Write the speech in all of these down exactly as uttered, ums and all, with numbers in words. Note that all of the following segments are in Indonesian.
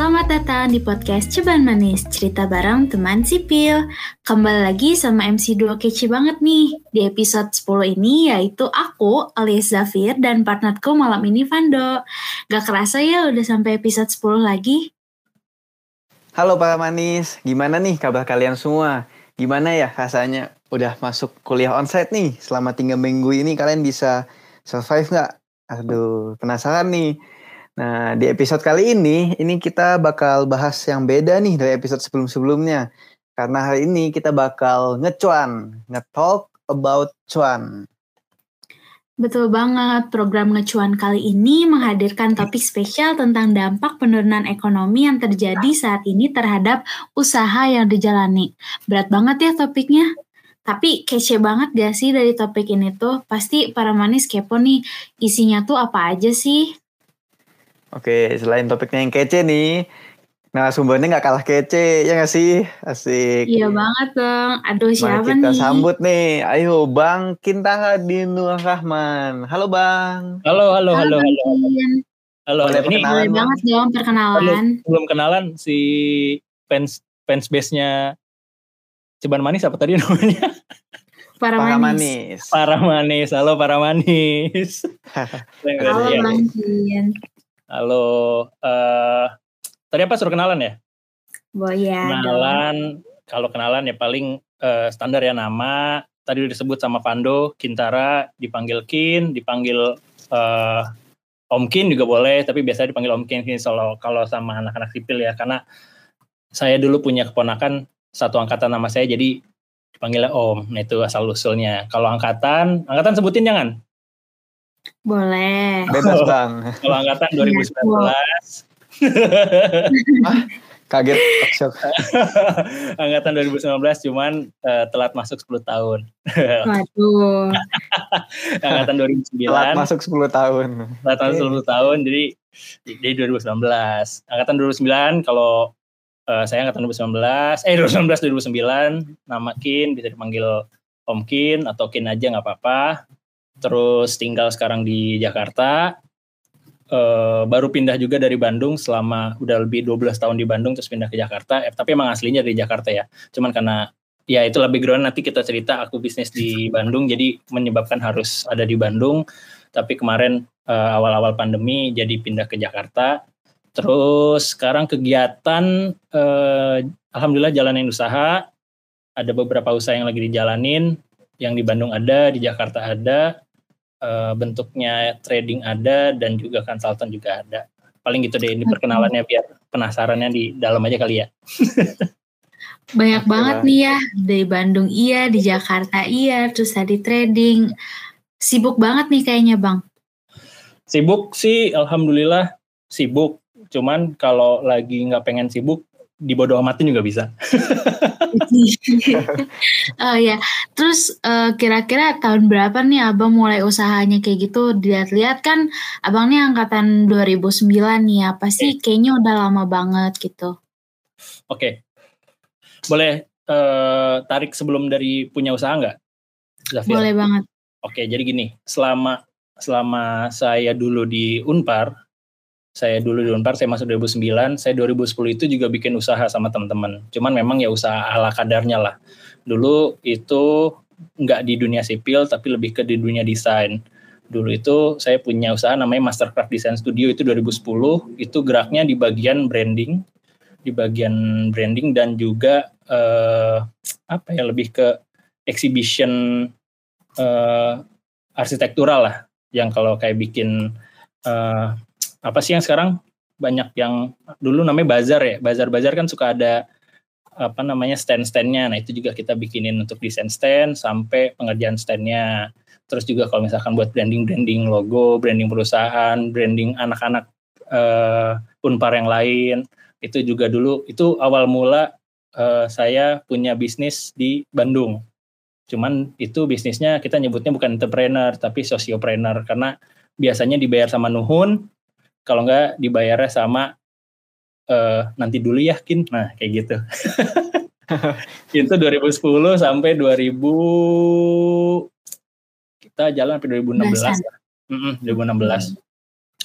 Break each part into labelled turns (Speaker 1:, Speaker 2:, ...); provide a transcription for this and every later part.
Speaker 1: Selamat datang di podcast Ceban Manis, cerita bareng teman sipil. Kembali lagi sama M C duo kece banget nih. Di episode sepuluh ini yaitu aku, alias Zafir, dan partnerku malam ini Vando. Gak kerasa ya udah sampai episode sepuluh lagi.
Speaker 2: Halo para manis, gimana nih kabar kalian semua? Gimana ya rasanya udah masuk kuliah onsite nih? Selama tiga minggu ini kalian bisa survive gak? Aduh, penasaran nih. Nah, di episode kali ini, ini kita bakal bahas yang beda nih dari episode sebelum-sebelumnya. Karena hari ini kita bakal ngecuan, nge-talk about cuan.
Speaker 1: Betul banget, program Ngecuan kali ini menghadirkan topik spesial tentang dampak penurunan ekonomi yang terjadi saat ini terhadap usaha yang dijalani. Berat banget ya topiknya. Tapi kece banget gak sih dari topik ini tuh? Pasti para manis kepo nih, isinya tuh apa aja sih?
Speaker 2: Oke, selain topiknya yang kece nih, narasumbernya gak kalah kece, ya gak sih? Asik.
Speaker 1: Iya banget dong. Aduh, siapa
Speaker 2: Mari kita
Speaker 1: nih?
Speaker 2: sambut nih. Ayo Bang Kintaha Dinur Rahman. Halo Bang.
Speaker 3: Halo, halo, halo, halo.
Speaker 1: Bang.
Speaker 3: Halo,
Speaker 2: Boleh
Speaker 3: ini
Speaker 2: perkenalan,
Speaker 1: Boleh
Speaker 2: Bang?
Speaker 1: banget dong perkenalan.
Speaker 3: belum, belum kenalan si fans fans base-nya Ceban Manis apa tadi namanya?
Speaker 1: Para,
Speaker 2: Para
Speaker 1: manis.
Speaker 2: manis.
Speaker 3: Para Manis. Halo para Manis.
Speaker 1: Halo
Speaker 3: Ya.
Speaker 1: Bang Jin.
Speaker 3: Halo. eh tadi apa suruh kenalan ya?
Speaker 1: Boleh ya dong.
Speaker 3: Kenalan. Kalau kenalan ya paling eh, standar ya nama. Tadi udah disebut sama Vando, Kintara, dipanggil Kin, dipanggil eh, Om Kin juga boleh, tapi biasanya dipanggil Om Kin kalau kalau sama anak-anak sipil ya, karena saya dulu punya keponakan satu angkatan nama saya, jadi dipanggilnya Om. Nah itu asal usulnya. Kalau angkatan, angkatan sebutin jangan.
Speaker 1: Boleh.
Speaker 2: Bebas Bang.
Speaker 3: Kalau angkatan dua ribu sembilan belas.
Speaker 2: Hah? Kaget, shock.
Speaker 3: Angkatan dua ribu sembilan belas cuman uh, telat masuk sepuluh tahun.
Speaker 1: Waduh.
Speaker 3: Angkatan dua ribu sembilan.
Speaker 2: Telat masuk sepuluh tahun.
Speaker 3: Telat masuk sepuluh tahun, jadi jadi dua ribu sembilan belas. Angkatan dua ribu sembilan kalau uh, saya angkatan dua ribu sembilan belas, eh dua ribu sembilan belas dua ribu sembilan, nama Kin bisa dipanggil Om Kin atau Kin aja nggak apa-apa. Terus tinggal sekarang di Jakarta. Uh, baru pindah juga dari Bandung selama udah lebih dua belas tahun di Bandung terus pindah ke Jakarta, eh, tapi emang aslinya dari Jakarta ya, cuman karena ya itu lebih background nanti kita cerita. Aku bisnis di Bandung jadi menyebabkan harus ada di Bandung, tapi kemarin uh, awal-awal pandemi jadi pindah ke Jakarta. Terus sekarang kegiatan uh, alhamdulillah jalanin usaha, ada beberapa usaha yang lagi dijalanin, yang di Bandung ada, di Jakarta ada. Uh, bentuknya trading ada dan juga konsultan juga ada. Paling gitu deh ini perkenalannya biar penasarannya di dalam aja kali ya.
Speaker 1: Banyak
Speaker 2: Oke,
Speaker 1: banget
Speaker 2: Bang.
Speaker 1: nih ya, dari Bandung iya, di Jakarta iya, terus tadi trading. Sibuk banget nih kayaknya Bang.
Speaker 3: Sibuk sih alhamdulillah sibuk. Cuman kalau lagi nggak pengen sibuk dibodoh amatin juga bisa.
Speaker 1: Oh ya, terus uh, kira-kira tahun berapa nih Abang mulai usahanya kayak gitu? Dilihat-lihat kan Abang nih angkatan dua ribu sembilan nih ya, pasti kayaknya udah lama banget gitu.
Speaker 3: Oke, boleh uh, tarik sebelum dari punya usaha nggak, Zafir?
Speaker 1: Boleh banget.
Speaker 3: Oke, jadi gini, selama selama saya dulu di Unpar, saya dulu di Unpar, saya masuk dua ribu sembilan, saya dua ribu sepuluh itu juga bikin usaha sama teman-teman. Cuman memang ya usaha ala kadarnya lah. Dulu itu nggak di dunia sipil, tapi lebih ke di dunia desain. Dulu itu saya punya usaha namanya Mastercraft Design Studio, itu dua ribu sepuluh, itu geraknya di bagian branding, di bagian branding dan juga eh, apa ya, lebih ke exhibition eh, arsitektural lah, yang kalau kayak bikin eh, apa sih yang sekarang banyak yang dulu namanya bazar ya, bazar-bazar kan suka ada apa namanya stand-standnya. Nah itu juga kita bikinin untuk desain stand sampai pengerjaan standnya. Terus juga kalau misalkan buat branding-branding logo, branding perusahaan, branding anak-anak uh, Unpar yang lain, itu juga dulu itu awal mula uh, saya punya bisnis di Bandung. Cuman itu bisnisnya kita nyebutnya bukan entrepreneur tapi sociopreneur, karena biasanya dibayar sama nuhun, kalau enggak dibayarnya sama uh, nanti dulu ya Kin. Nah kayak gitu. Itu dua ribu sepuluh sampai dua ribu, kita jalan sampai dua ribu enam belas. Mm-mm, dua ribu enam belas.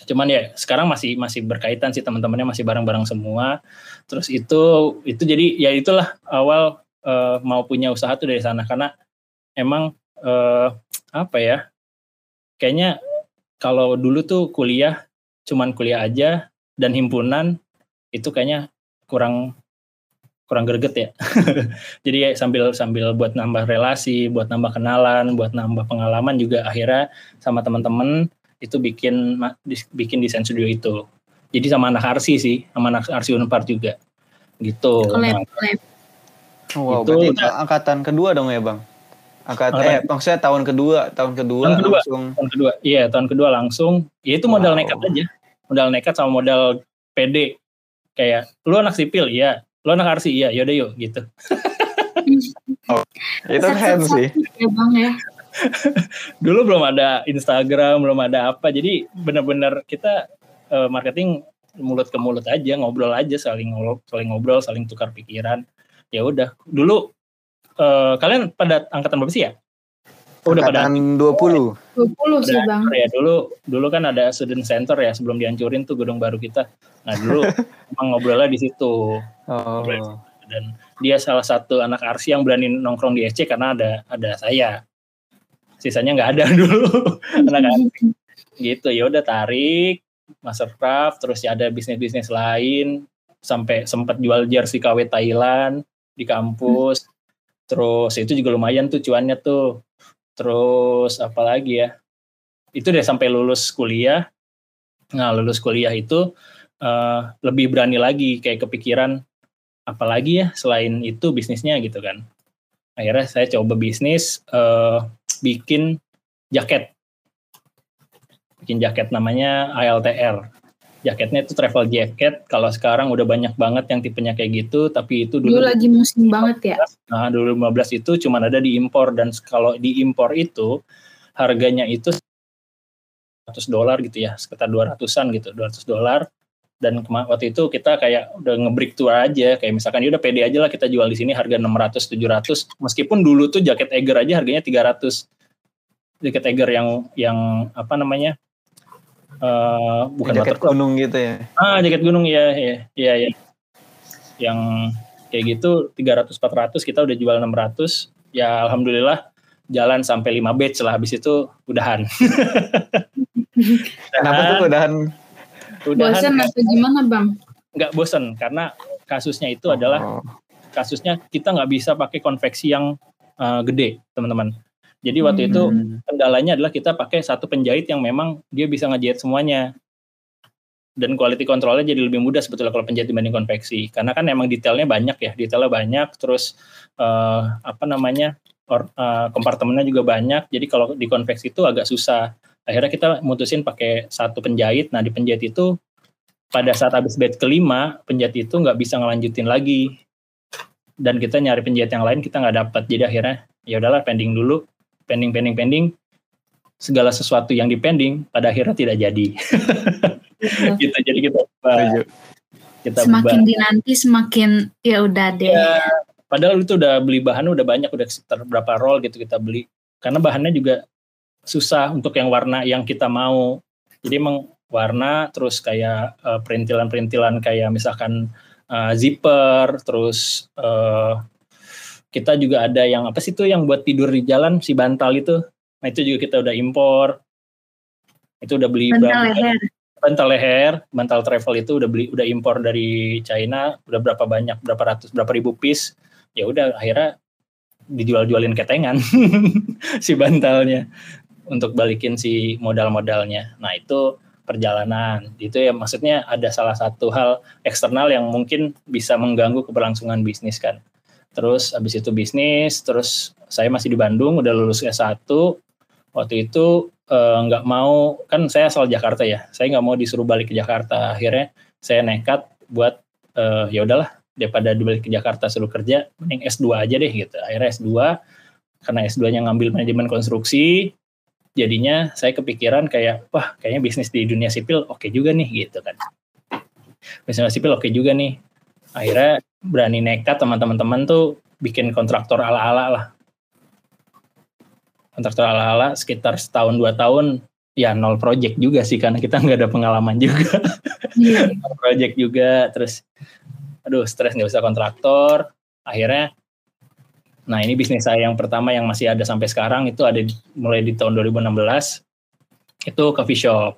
Speaker 3: Cuman ya sekarang masih masih berkaitan sih, teman-temannya masih bareng-bareng semua. Terus itu itu jadi ya itulah awal uh, mau punya usaha tuh dari sana, karena emang uh, apa ya, kayaknya kalau dulu tuh kuliah cuman kuliah aja dan himpunan itu kayaknya kurang kurang greget ya. Jadi ya sambil sambil buat nambah relasi, buat nambah kenalan, buat nambah pengalaman juga, akhirnya sama teman-teman itu bikin bikin desain studio itu. Jadi sama anak Arsi sih, sama anak Arsi Unpar juga. Gitu.
Speaker 1: Collab,
Speaker 3: Nah,
Speaker 1: collab.
Speaker 2: Wow,
Speaker 3: itu
Speaker 2: berarti
Speaker 3: udah-
Speaker 2: angkatan kedua dong ya Bang? Angkat
Speaker 3: Angkatan-
Speaker 2: eh maksudnya tahun kedua, tahun kedua,
Speaker 3: Tahun kedua.
Speaker 2: langsung.
Speaker 3: tahun kedua. Iya, tahun kedua langsung. Ya itu modal
Speaker 2: Wow.
Speaker 3: nekat aja. Modal nekat sama modal pede. Kayak lu anak sipil, iya. Lu anak Arsi, iya. Yaudah yuk gitu.
Speaker 2: Itu keren sih.
Speaker 1: Ya Bang ya.
Speaker 3: Dulu belum ada Instagram, belum ada apa. Jadi benar-benar kita uh, marketing mulut ke mulut aja, ngobrol aja, saling ngobrol, saling ngobrol, saling tukar pikiran. Ya udah. Dulu uh, kalian pada angkatan berapa sih ya? Oh, udah pada
Speaker 2: Angkatan dua puluh.
Speaker 1: dua puluh sih
Speaker 3: Udah
Speaker 1: Bang.
Speaker 3: hancur ya. Dulu dulu kan ada student center ya sebelum dihancurin tuh gedung baru kita. Nah dulu emang ngobrolnya di situ.
Speaker 2: Oh.
Speaker 3: Dan dia salah satu anak Arsi yang berani nongkrong di S C karena ada ada saya. Sisanya nggak ada dulu anak Arsi. Gitu, ya udah tarik Mastercraft, terus ya ada bisnis-bisnis lain, sampai sempat jual jersey K W Thailand di kampus. Terus itu juga lumayan tuh cuannya tuh. Terus apa lagi ya? Itu deh sampai lulus kuliah. Nah, lulus kuliah itu uh, lebih berani lagi, kayak kepikiran apalagi ya selain itu bisnisnya gitu kan. Akhirnya saya coba bisnis uh, bikin jaket. Bikin jaket namanya A L T R. Jaketnya itu travel jacket. Kalau sekarang udah banyak banget yang tipenya kayak gitu, tapi itu dulu,
Speaker 1: Dulu lagi musim banget ya.
Speaker 3: Nah, dua ribu lima belas itu cuma ada di impor, dan kalau di impor itu harganya itu seratus dolar gitu ya, sekitar dua ratusan gitu, dua ratus dolar. Dan waktu itu kita kayak udah nge-break tour aja, kayak misalkan ya udah pede aja lah kita jual di sini harga enam ratus tujuh ratus, meskipun dulu tuh jaket Eiger aja harganya tiga ratus. Jaket Eiger yang yang apa namanya? Uh, bukan
Speaker 2: jaket
Speaker 3: waterproof.
Speaker 2: gunung gitu ya.
Speaker 3: Ah, jaket gunung ya, ya, ya, ya. Yang kayak gitu tiga ratus empat ratus, kita udah jual enam ratus. Ya alhamdulillah jalan sampai lima batch lah, habis itu udahan.
Speaker 2: Kenapa tuh udahan?
Speaker 3: Udahan.
Speaker 1: Bosan atau gimana Bang?
Speaker 3: Nggak bosan, karena kasusnya itu adalah
Speaker 2: Oh.
Speaker 3: kasusnya kita nggak bisa pakai konveksi yang uh, gede, teman-teman. Jadi waktu
Speaker 1: Hmm.
Speaker 3: itu kendalanya adalah kita pakai satu penjahit yang memang dia bisa ngejahit semuanya. Dan quality controlnya jadi lebih mudah sebetulnya kalau penjahit dibanding konveksi. Karena kan emang detailnya banyak ya, detailnya banyak, terus uh, apa namanya, or, uh, kompartemennya juga banyak. Jadi kalau di konveksi itu agak susah. Akhirnya kita mutusin pakai satu penjahit. Nah di penjahit itu pada saat habis batch kelima, penjahit itu nggak bisa ngelanjutin lagi. Dan kita nyari penjahit yang lain kita nggak dapat. Jadi akhirnya ya udahlah pending dulu. pending, pending, pending, segala sesuatu yang dipending pada akhirnya tidak jadi. Gitu, jadi kita
Speaker 2: Setuju.
Speaker 3: kita
Speaker 1: Semakin
Speaker 3: ubah.
Speaker 1: dinanti semakin ya udah deh.
Speaker 3: Ya, padahal itu udah beli bahan udah banyak, udah sekitar berapa roll gitu kita beli. Karena bahannya juga susah untuk yang warna yang kita mau. Jadi emang warna, terus kayak uh, perintilan-perintilan kayak misalkan uh, zipper, terus uh, kita juga ada yang apa sih tuh yang buat tidur di jalan, si bantal itu. Nah itu juga kita udah impor. Itu udah beli
Speaker 1: Bantal
Speaker 3: berapa,
Speaker 1: leher.
Speaker 3: bantal leher, bantal travel itu udah beli udah impor dari China, udah berapa banyak, berapa ratus, berapa ribu piece. Ya udah akhirnya dijual-jualin ketengan si bantalnya untuk balikin si modal-modalnya. Nah, itu perjalanan. Itu ya maksudnya ada salah satu hal eksternal yang mungkin bisa mengganggu keberlangsungan bisnis kan. Terus habis itu bisnis, terus saya masih di Bandung, udah lulus S satu. Waktu itu nggak eh, mau, kan saya asal Jakarta ya, saya nggak mau disuruh balik ke Jakarta. Akhirnya saya nekat buat eh, ya udahlah, daripada dibalik ke Jakarta suruh kerja, mending S dua aja deh gitu. Akhirnya S dua, karena S dua-nya ngambil manajemen konstruksi, jadinya saya kepikiran kayak, wah kayaknya bisnis di dunia sipil oke juga nih gitu kan. Bisnis sipil oke juga nih. Akhirnya berani nekat sama teman-teman tuh bikin kontraktor ala-ala lah. Kontraktor ala-ala sekitar setahun dua tahun ya nol project juga sih karena kita nggak ada pengalaman juga.
Speaker 1: Iya.
Speaker 3: Nol project juga, terus aduh stres nggak bisa kontraktor. Akhirnya, nah ini bisnis saya yang pertama yang masih ada sampai sekarang itu ada di, mulai di tahun dua ribu enam belas itu coffee shop.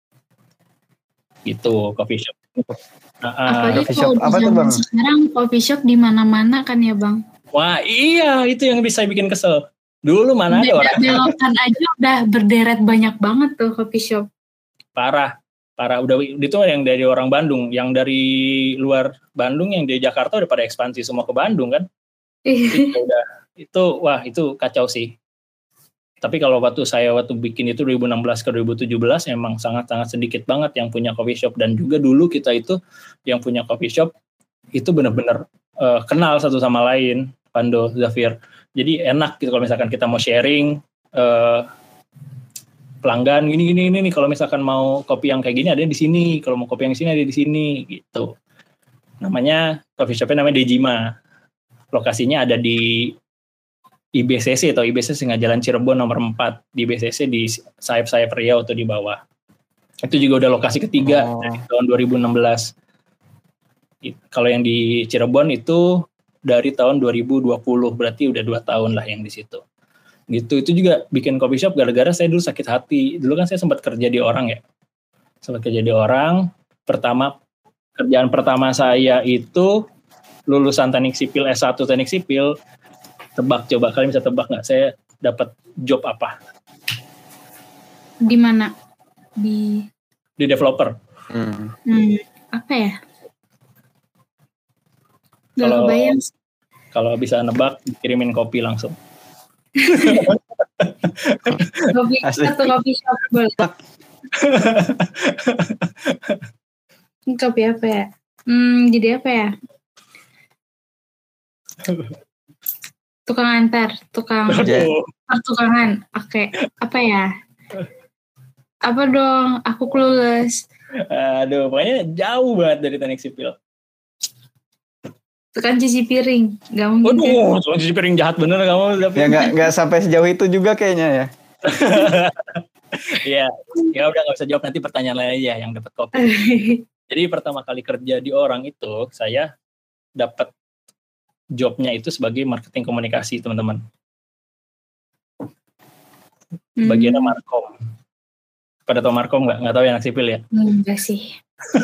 Speaker 3: Gitu, coffee shop. Nah,
Speaker 1: Apalagi
Speaker 2: coffee
Speaker 1: kalau
Speaker 2: shop
Speaker 1: di
Speaker 2: apa tuh,
Speaker 1: zaman
Speaker 2: Bang?
Speaker 1: sekarang coffee shop di mana-mana kan ya Bang.
Speaker 3: wah iya itu yang bisa bikin kesel. Dulu mana ada
Speaker 1: Beda
Speaker 3: orang
Speaker 1: belokan aja udah berderet banyak banget tuh coffee shop.
Speaker 3: parah, parah udah itu yang dari orang Bandung, yang dari luar Bandung, yang dari Jakarta udah pada ekspansi semua ke Bandung kan.
Speaker 1: Iya.
Speaker 3: Itu udah itu wah itu kacau sih. Tapi kalau waktu saya waktu bikin itu dua ribu enam belas ke dua ribu tujuh belas emang sangat-sangat sedikit banget yang punya coffee shop, dan juga dulu kita itu yang punya coffee shop itu benar-benar uh, kenal satu sama lain, Pando, Zafir. Jadi enak gitu kalau misalkan kita mau sharing uh, pelanggan gini gini ini nih, kalau misalkan mau kopi yang kayak gini ada di sini, kalau mau kopi yang sini ada di sini gitu. Namanya coffee shopnya namanya Dejima. Lokasinya ada di I B C C atau I B C C Jalan Cirebon nomor empat, di I B C C di sayap-sayap Riau atau di bawah. Itu juga udah lokasi ketiga
Speaker 2: Oh.
Speaker 3: dari tahun dua ribu enam belas. Kalau yang di Cirebon itu dari tahun dua ribu dua puluh, berarti udah dua tahun lah yang di situ. Gitu, itu juga bikin coffee shop gara-gara saya dulu sakit hati. Dulu kan saya sempat kerja di orang ya. Sempat kerja di orang. Pertama, kerjaan pertama saya itu lulusan teknik sipil, S satu teknik sipil. Tebak coba, kalian bisa tebak nggak saya dapat job apa?
Speaker 1: Di mana? Di
Speaker 3: Di developer.
Speaker 2: Hmm.
Speaker 1: hmm, apa ya? Gak
Speaker 3: Kalau
Speaker 1: kebayang.
Speaker 3: kalau bisa nebak, kirimin kopi langsung.
Speaker 1: Kopi atau kopi shop boleh. Kopi apa ya? Hmm, jadi apa ya? Tukang antar, tukang
Speaker 3: Aduh.
Speaker 1: pertukangan. Oke, apa ya? Apa dong? Aku clueless.
Speaker 3: Aduh, pokoknya jauh banget dari teknik sipil.
Speaker 1: Tukang cuci piring, gak mungkin.
Speaker 3: Waduh, tukang cuci piring jahat bener kamu. Tapi...
Speaker 2: Ya nggak nggak sampai sejauh itu juga kayaknya ya.
Speaker 3: Iya, ya udah nggak usah jawab, nanti pertanyaan lain aja yang dapat kopi. Jadi pertama kali kerja di orang itu saya dapat jobnya itu sebagai marketing komunikasi, teman-teman. Bagiannya
Speaker 1: Hmm,
Speaker 3: markom. Pada tau markom nggak? Nggak tahu yang anak sipil ya.
Speaker 1: enggak sih.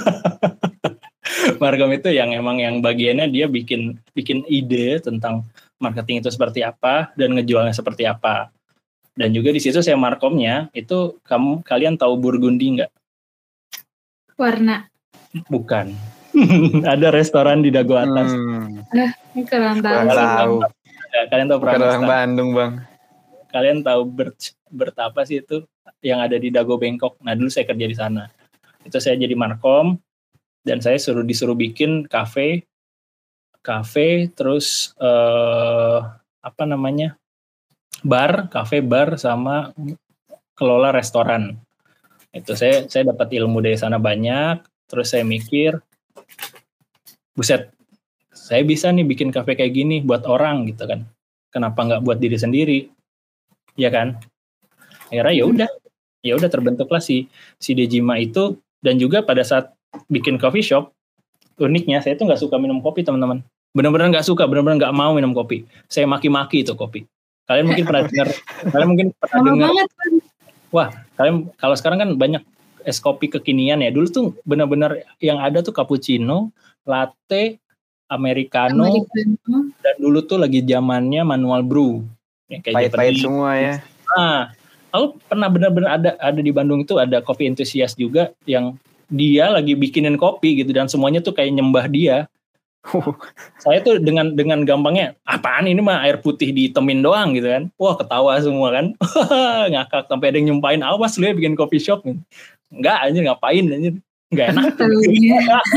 Speaker 3: Markom itu yang emang yang bagiannya dia bikin bikin ide tentang marketing itu seperti apa dan ngejualnya seperti apa. Dan juga di situ saya markomnya itu, kamu kalian tahu Burgundy nggak?
Speaker 1: Warna.
Speaker 3: Bukan. Ada restoran di Dago Atas.
Speaker 2: Hmm.
Speaker 1: Ini kurang tahu.
Speaker 2: Kurang
Speaker 1: sih.
Speaker 2: tahu.
Speaker 3: Nggak, kalian tahu
Speaker 2: Bukan orang
Speaker 3: Pramestan?
Speaker 2: Bandung, Bang.
Speaker 3: Kalian tahu Bert Bert apa sih itu yang ada di Dago Bangkok? Nah dulu saya kerja di sana. Itu saya jadi markom dan saya suruh disuruh bikin kafe, kafe terus eh, apa namanya bar, kafe bar sama kelola restoran. Itu saya saya dapat ilmu dari sana banyak. Terus saya mikir, buset, saya bisa nih bikin kafe kayak gini buat orang gitu kan. Kenapa nggak buat diri sendiri? Ya kan? Akhirnya ya udah, ya udah terbentuklah si si Dejima itu. Dan juga pada saat bikin coffee shop, uniknya saya tuh nggak suka minum kopi, teman-teman. Benar-benar nggak suka, benar-benar nggak mau minum kopi. Saya maki-maki itu kopi. Kalian mungkin pernah dengar, kalian mungkin pernah
Speaker 1: Lama
Speaker 3: dengar.
Speaker 1: banget kan.
Speaker 3: Wah, kalian kalau sekarang kan banyak es kopi kekinian ya. Dulu tuh benar-benar yang ada tuh cappuccino, latte, americano,
Speaker 1: Americano.
Speaker 3: dan dulu tuh lagi zamannya manual brew. Yang kayak
Speaker 2: Pahit-pahit
Speaker 3: Japanese.
Speaker 2: semua ya.
Speaker 3: Nah, lalu pernah benar-benar ada ada di Bandung itu ada kopi entusias juga yang dia lagi bikinin kopi gitu dan semuanya tuh kayak nyembah dia. Saya tuh dengan dengan gampangnya, apaan ini mah air putih ditemin doang gitu kan. Wah, ketawa semua kan. Ngakak sampai ada yang nyumpahin, awas lu ya bikin coffee shop. Enggak, anjir ngapain anjir. Enggak enak.
Speaker 1: Tahunya.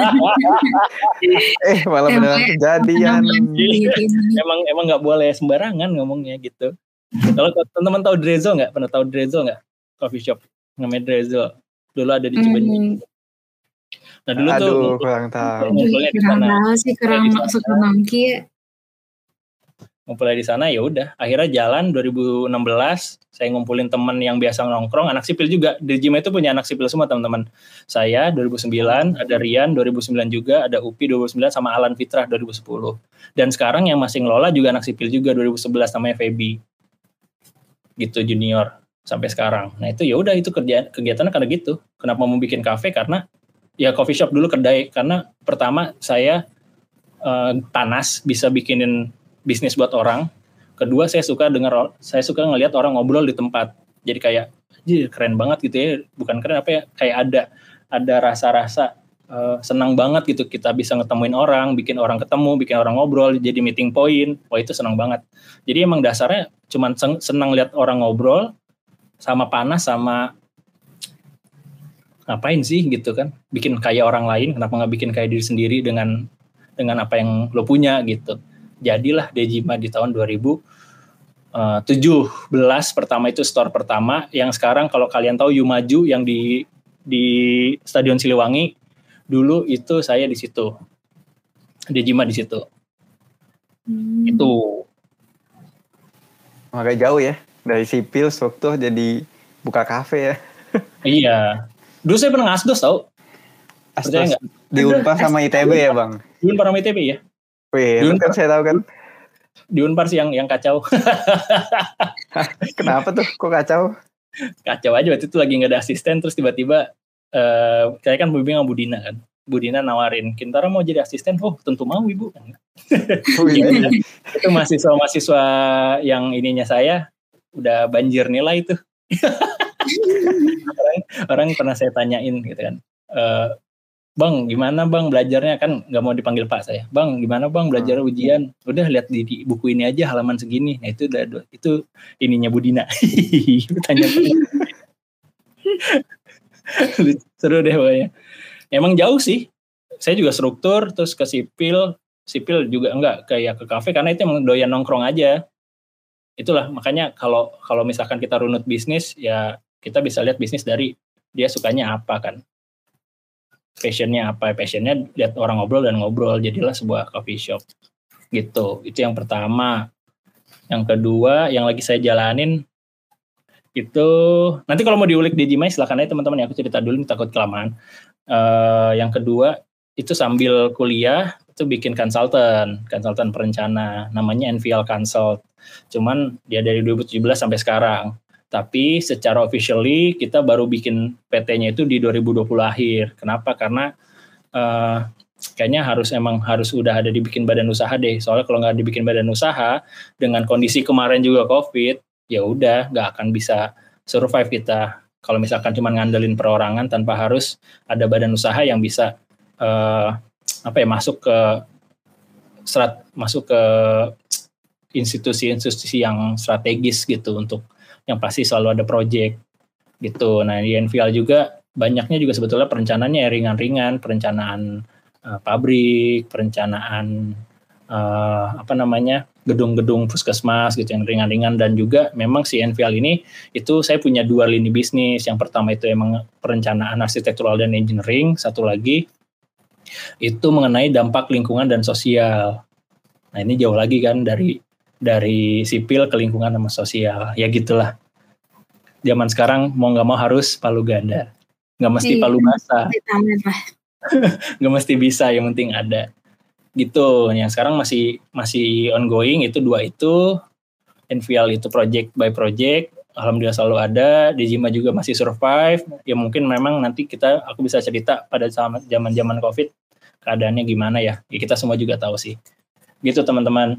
Speaker 2: Eh, malah beneran
Speaker 1: Emang-
Speaker 2: kejadian.
Speaker 3: emang emang nggak boleh sembarangan ngomongnya gitu. Kalau teman-teman tahu Drezo nggak? Pernah tahu Drezo nggak? Coffee shop namanya Drezo. Dulu ada di Cibenyi.
Speaker 1: Hmm,
Speaker 3: Nah dulu tuh
Speaker 2: Aduh,
Speaker 3: ngumpul-
Speaker 2: kurang tahu.
Speaker 3: ngumpulnya di
Speaker 1: kurang
Speaker 3: sana.
Speaker 1: tahu sih, kurang
Speaker 3: Di sana.
Speaker 1: masuk ke nongki ya.
Speaker 3: ngumpulnya di sana, ya udah. Akhirnya jalan dua ribu enam belas, saya ngumpulin teman yang biasa nongkrong, anak sipil juga. Di Jima itu punya anak sipil semua teman-teman. Saya dua ribu sembilan, ada Rian dua ribu sembilan juga, ada Upi dua ribu sembilan sama Alan Fitrah dua ribu sepuluh. Dan sekarang yang masih ngelola juga anak sipil juga dua ribu sebelas namanya Feby. Gitu junior sampai sekarang. Nah itu ya udah itu kerja kegiatannya karena gitu. Kenapa mau bikin kafe? Karena ya coffee shop dulu kedai. Karena pertama saya eh, panas bisa bikinin bisnis buat orang. Kedua saya suka dengar, saya suka ngelihat orang ngobrol di tempat. Jadi kayak, jadi keren banget gitu ya. Bukan keren apa ya? Kayak ada ada rasa-rasa uh, senang banget gitu kita bisa ngetemuin orang, bikin orang ketemu, bikin orang ngobrol, jadi meeting point. Wah itu senang banget. Jadi emang dasarnya cuman senang lihat orang ngobrol, sama panas, sama ngapain sih gitu kan? Bikin kaya orang lain, kenapa nggak bikin kaya diri sendiri dengan dengan apa yang lo punya gitu. Jadilah Dejima di tahun dua ribu tujuh belas, pertama itu store pertama, yang sekarang kalau kalian tahu Yumaju yang di di Stadion Siliwangi, dulu itu saya di situ, Dejima di situ. Hmm. Itu.
Speaker 2: Agak jauh ya, dari sipil struktur jadi buka kafe ya.
Speaker 3: Iya. Dulu saya pernah ngasdos tau.
Speaker 2: Asdos di Unpar sama I T B ya bang?
Speaker 3: Di Unpar sama I T B ya.
Speaker 2: Wih, di Unpar, kan saya tahu kan.
Speaker 3: Di Unpar sih yang yang kacau.
Speaker 2: Kenapa tuh? Kok kacau?
Speaker 3: Kacau aja, waktu itu lagi nggak ada asisten, terus tiba-tiba uh, saya kan bimbing sama Budina kan. Budina nawarin, Kintara mau jadi asisten? Oh tentu mau ibu. Oh, iya. Itu mahasiswa-mahasiswa yang ininya saya udah banjir nilai tuh. orang, orang pernah saya tanyain gitu kan. Uh, Bang, gimana bang belajarnya? Kan nggak mau dipanggil Pak saya. Bang, gimana bang belajar ujian? Udah lihat di, di buku ini aja halaman segini. Nah itu udah itu ininya Budina. Tanya seru deh pokoknya. Emang jauh sih. Saya juga struktur, terus ke sipil, sipil juga enggak kayak ke kafe karena itu emang doyan nongkrong aja. Itulah makanya kalau kalau misalkan kita runut bisnis ya kita bisa lihat bisnis dari dia sukanya apa kan. Passionnya apa? Passionnya lihat orang ngobrol dan ngobrol, jadilah sebuah coffee shop gitu. Itu yang pertama. Yang kedua yang lagi saya jalanin itu nanti kalau mau diulik di Jimai silakan aja teman-teman ya, aku cerita dulu takut kelamaan. Uh, yang kedua itu sambil kuliah itu bikin konsultan konsultan perencana namanya N V L Consult. Cuman dia dari dua ribu tujuh belas sampai sekarang. Tapi secara officially kita baru bikin P T-nya itu di dua ribu dua puluh akhir. Kenapa? Karena uh, kayaknya harus emang harus udah ada dibikin badan usaha deh. Soalnya kalau nggak dibikin badan usaha dengan kondisi kemarin juga COVID, ya udah nggak akan bisa survive kita. Kalau misalkan cuma ngandelin perorangan tanpa harus ada badan usaha yang bisa uh, apa ya masuk ke serat masuk ke institusi-institusi yang strategis gitu untuk yang pasti selalu ada project gitu. Nah di N V L juga banyaknya juga sebetulnya perencanaannya ringan-ringan, perencanaan uh, pabrik, perencanaan uh, apa namanya gedung-gedung puskesmas gitu yang ringan-ringan. Dan juga memang si N V L ini itu saya punya dua lini bisnis. Yang pertama itu emang perencanaan arsitektural dan engineering, satu lagi itu mengenai dampak lingkungan dan sosial. Nah ini jauh lagi kan dari dari sipil ke lingkungan sama sosial, ya gitulah. Zaman sekarang mau nggak mau harus palu ganda, nggak mesti palu basah, nggak mesti bisa, yang penting ada. Gitu. Yang sekarang masih masih ongoing itu dua itu, N V L itu project by project, alhamdulillah selalu ada. Dejima juga masih survive. Ya mungkin memang nanti kita aku bisa cerita pada zaman-zaman COVID keadaannya gimana ya. Ya kita semua juga tahu sih. Gitu teman-teman.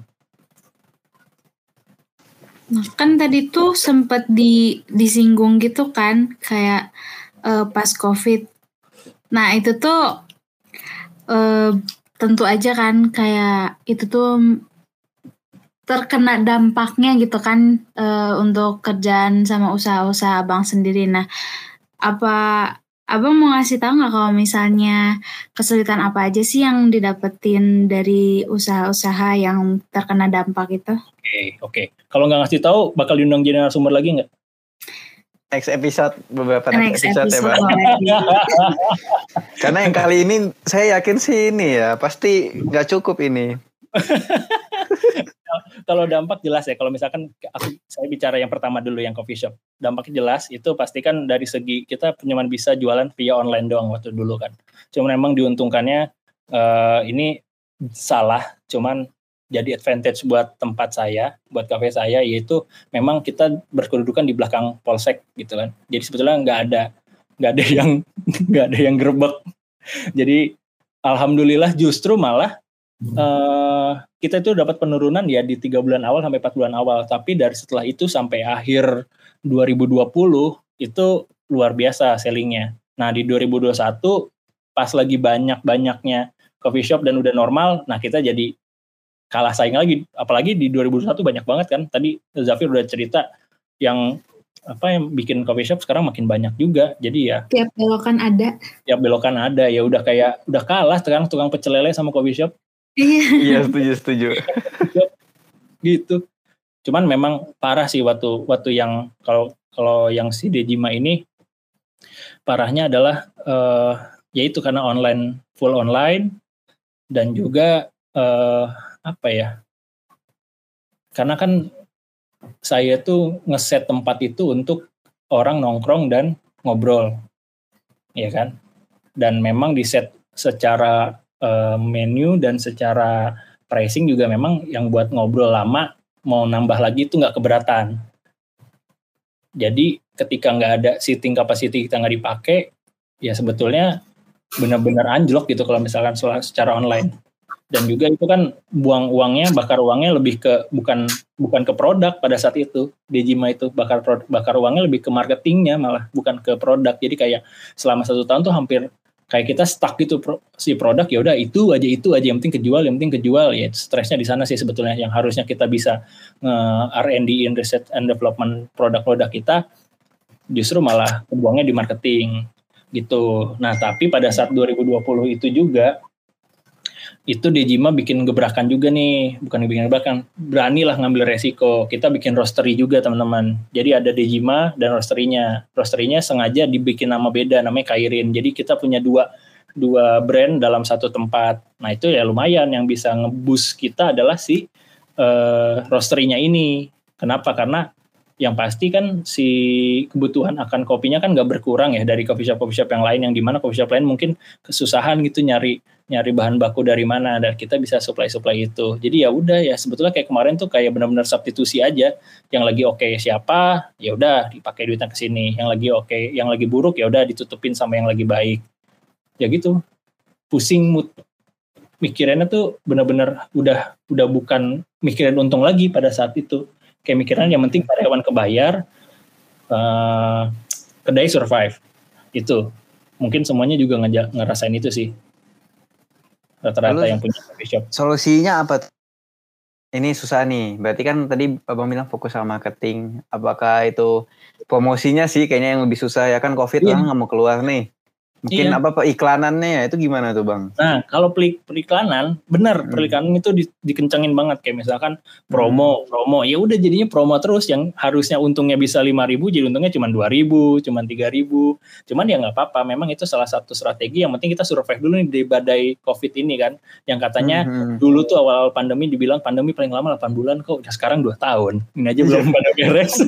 Speaker 1: Nah, kan tadi tuh sempat di disinggung gitu kan kayak uh, pas COVID. Nah, itu tuh uh, tentu aja kan kayak itu tuh terkena dampaknya gitu kan uh, untuk kerjaan sama usaha-usaha Abang sendiri. Nah, apa Abang mau ngasih tahu nggak kalau misalnya kesulitan apa aja sih yang didapetin dari usaha-usaha yang terkena dampak itu?
Speaker 3: Oke, okay, oke. Okay. Kalau nggak ngasih tahu, bakal diundang jadi narasumber lagi nggak?
Speaker 2: Next episode, beberapa next, next episode, episode ya Bang. Karena yang kali ini saya yakin sih ini ya, pasti nggak cukup ini.
Speaker 3: kalau dampak jelas ya. Kalau misalkan aku saya bicara yang pertama dulu yang coffee shop. Dampaknya jelas itu pasti kan dari segi kita cuma bisa jualan via online doang waktu dulu kan. Cuman memang diuntungkannya uh, ini salah, cuman jadi advantage buat tempat saya, buat kafe saya, yaitu memang kita berkedudukan di belakang polsek gitu kan. Jadi sebetulnya nggak ada nggak ada yang nggak ada yang gerbek. Jadi alhamdulillah justru malah uh, kita itu dapat penurunan ya di tiga bulan awal sampai empat bulan awal. Tapi dari setelah itu sampai akhir dua ribu dua puluh itu luar biasa sellingnya. Nah di dua ribu dua puluh satu pas lagi banyak-banyaknya coffee shop dan udah normal, nah kita jadi kalah saing lagi, apalagi di dua ribu dua puluh satu banyak banget kan. Tadi Zafir udah cerita yang apa yang bikin coffee shop sekarang makin banyak juga. Jadi ya
Speaker 1: tiap belokan ada.
Speaker 3: Tiap belokan ada ya udah kayak udah kalah sekarang tukang pecel lele sama coffee shop.
Speaker 1: Iya.
Speaker 2: Iya setuju setuju.
Speaker 3: Gitu. Cuman memang parah sih waktu waktu yang kalau kalau yang si Dejima ini parahnya adalah uh, yaitu karena online full online dan juga uh, apa ya, karena kan saya tuh ngeset tempat itu untuk orang nongkrong dan ngobrol, ya kan, dan memang di set secara uh, menu dan secara pricing juga memang yang buat ngobrol lama mau nambah lagi itu nggak keberatan. Jadi ketika nggak ada seating capacity kita nggak dipakai, ya sebetulnya benar-benar anjlok gitu kalau misalkan secara online. Dan juga itu kan buang uangnya, bakar uangnya lebih ke bukan bukan ke produk pada saat itu. Dejima itu bakar bakar uangnya lebih ke marketingnya malah, bukan ke produk. Jadi kayak selama satu tahun tuh hampir kayak kita stuck gitu pro, si produk ya udah itu aja itu aja yang penting kejual, yang penting kejual ya. Stresnya di sana sih sebetulnya yang harusnya kita bisa nge-R and D in research and development produk-produk kita justru malah kebuangnya di marketing gitu. Nah, tapi pada saat dua ribu dua puluh itu juga itu Dejima bikin gebrakan juga nih, bukan bikin gebrakan, beranilah ngambil resiko. Kita bikin roastery juga teman-teman. Jadi ada Dejima dan roasterynya. Roasterynya sengaja dibikin nama beda, namanya Kairin. Jadi kita punya dua dua brand dalam satu tempat. Nah itu ya lumayan, yang bisa nge-boost kita adalah si uh, roasterynya ini. Kenapa? Karena yang pasti kan si kebutuhan akan kopinya kan nggak berkurang ya dari coffee shop coffee shop yang lain, yang dimana coffee shop lain mungkin kesusahan gitu nyari nyari bahan baku dari mana, dan kita bisa supply supply itu. Jadi ya udah ya sebetulnya kayak kemarin tuh kayak benar-benar substitusi aja. Yang lagi oke okay siapa, ya udah dipakai duitnya ke sini. Yang lagi oke, okay, yang lagi buruk ya udah ditutupin sama yang lagi baik. Ya gitu. Pusing mood. Mikirannya tuh benar-benar udah udah bukan mikirin untung lagi pada saat itu. Kayak mikiran yang penting karyawan kebayar, uh, kedai survive. Itu. Mungkin semuanya juga ngeja- ngerasain itu sih. Rata-rata
Speaker 2: Lalu,
Speaker 3: yang punya coffee shop.
Speaker 2: Solusinya apa? Ini susah nih. Berarti kan tadi Abang bilang fokus sama marketing. Apakah itu promosinya sih kayaknya yang lebih susah ya kan, Covid
Speaker 3: Iya.
Speaker 2: orang nggak mau keluar nih. Mungkin
Speaker 3: Iya.
Speaker 2: apa periklanannya ya itu gimana tuh Bang?
Speaker 3: Nah kalau periklanan benar hmm. periklanan itu di, dikencengin banget, kayak misalkan promo hmm. promo ya udah jadinya promo terus, yang harusnya untungnya bisa lima ribu jadi untungnya cuma dua ribu, cuma tiga ribu. Cuman ya nggak apa-apa, memang itu salah satu strategi. Yang penting kita survive dulu nih di badai Covid ini kan, yang katanya hmm. dulu tuh awal pandemi dibilang pandemi paling lama delapan bulan, kok udah sekarang dua tahun ini aja belum pada beres.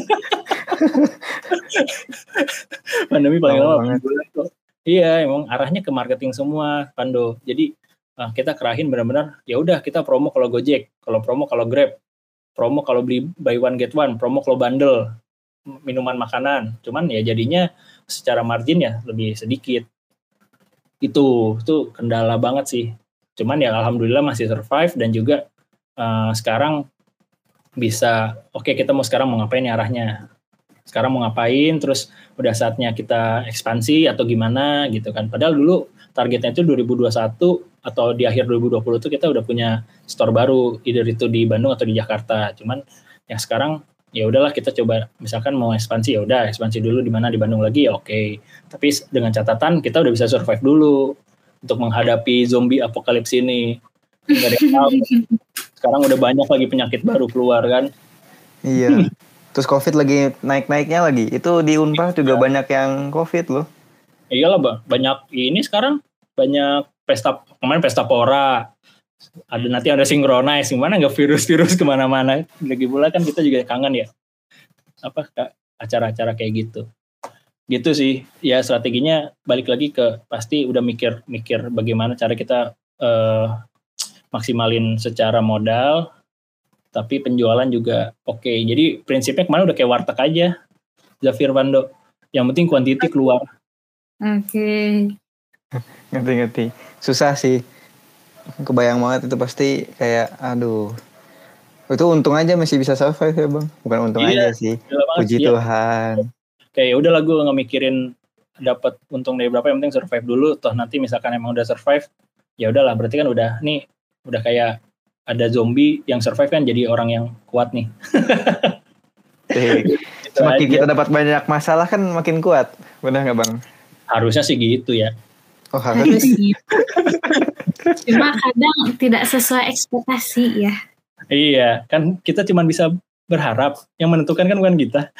Speaker 3: Pandemi paling lama delapan bulan kok. Iya, emang arahnya ke marketing semua, Pando. Jadi uh, kita kerahin benar-benar, ya udah kita promo kalau Gojek, kalau promo kalau Grab, promo kalau beli buy one get one, promo kalau bundle minuman makanan. Cuman ya jadinya secara margin ya lebih sedikit. Itu itu kendala banget sih. Cuman ya alhamdulillah masih survive, dan juga uh, sekarang bisa oke okay, kita mau sekarang mau ngapain ya arahnya. Sekarang mau ngapain, terus udah saatnya kita ekspansi atau gimana gitu kan. Padahal dulu targetnya itu dua ribu dua puluh satu atau di akhir dua ribu dua puluh itu kita udah punya store baru, either itu di Bandung atau di Jakarta. Cuman yang sekarang ya udahlah kita coba, misalkan mau ekspansi ya udah ekspansi dulu di mana, di Bandung lagi ya oke. Okay. Tapi dengan catatan kita udah bisa survive dulu untuk menghadapi zombie apokalips ini. Enggak ada yang tahu. Sekarang udah banyak lagi penyakit baru keluar kan.
Speaker 2: Iya. Terus Covid lagi naik-naiknya lagi. Itu di Unpar juga banyak yang Covid loh.
Speaker 3: Iyalah Bang, banyak ini sekarang, banyak pesta, kemarin pesta pora, ada nanti ada synchronize gimana nggak virus-virus kemana-mana. Lagi pula kan kita juga kangen ya apa acara-acara kayak gitu. Gitu sih ya, strateginya balik lagi ke pasti udah mikir-mikir bagaimana cara kita uh, maksimalin secara modal tapi penjualan juga oke. Okay. Jadi prinsipnya kemarin udah kayak warteg aja, Zafir Vando, yang penting kuantiti keluar.
Speaker 1: Oke, okay.
Speaker 2: Ngerti-ngerti, susah sih, kebayang banget itu pasti kayak aduh, itu untung aja masih bisa survive ya bang, bukan untung iya, aja sih, puji ya. Tuhan.
Speaker 3: Kayak udahlah gue nggak mikirin dapat untung dari berapa, yang penting survive dulu. Toh nanti misalkan emang udah survive, ya udahlah berarti kan udah nih udah kayak ada zombie yang survive kan jadi orang yang kuat nih.
Speaker 2: Semakin kita dapat banyak masalah kan makin kuat, benar nggak bang?
Speaker 3: Harusnya sih gitu ya.
Speaker 2: Oh harus.
Speaker 1: Cuma kadang tidak sesuai ekspektasi ya.
Speaker 3: Iya kan kita cuma bisa berharap, yang menentukan kan bukan kita.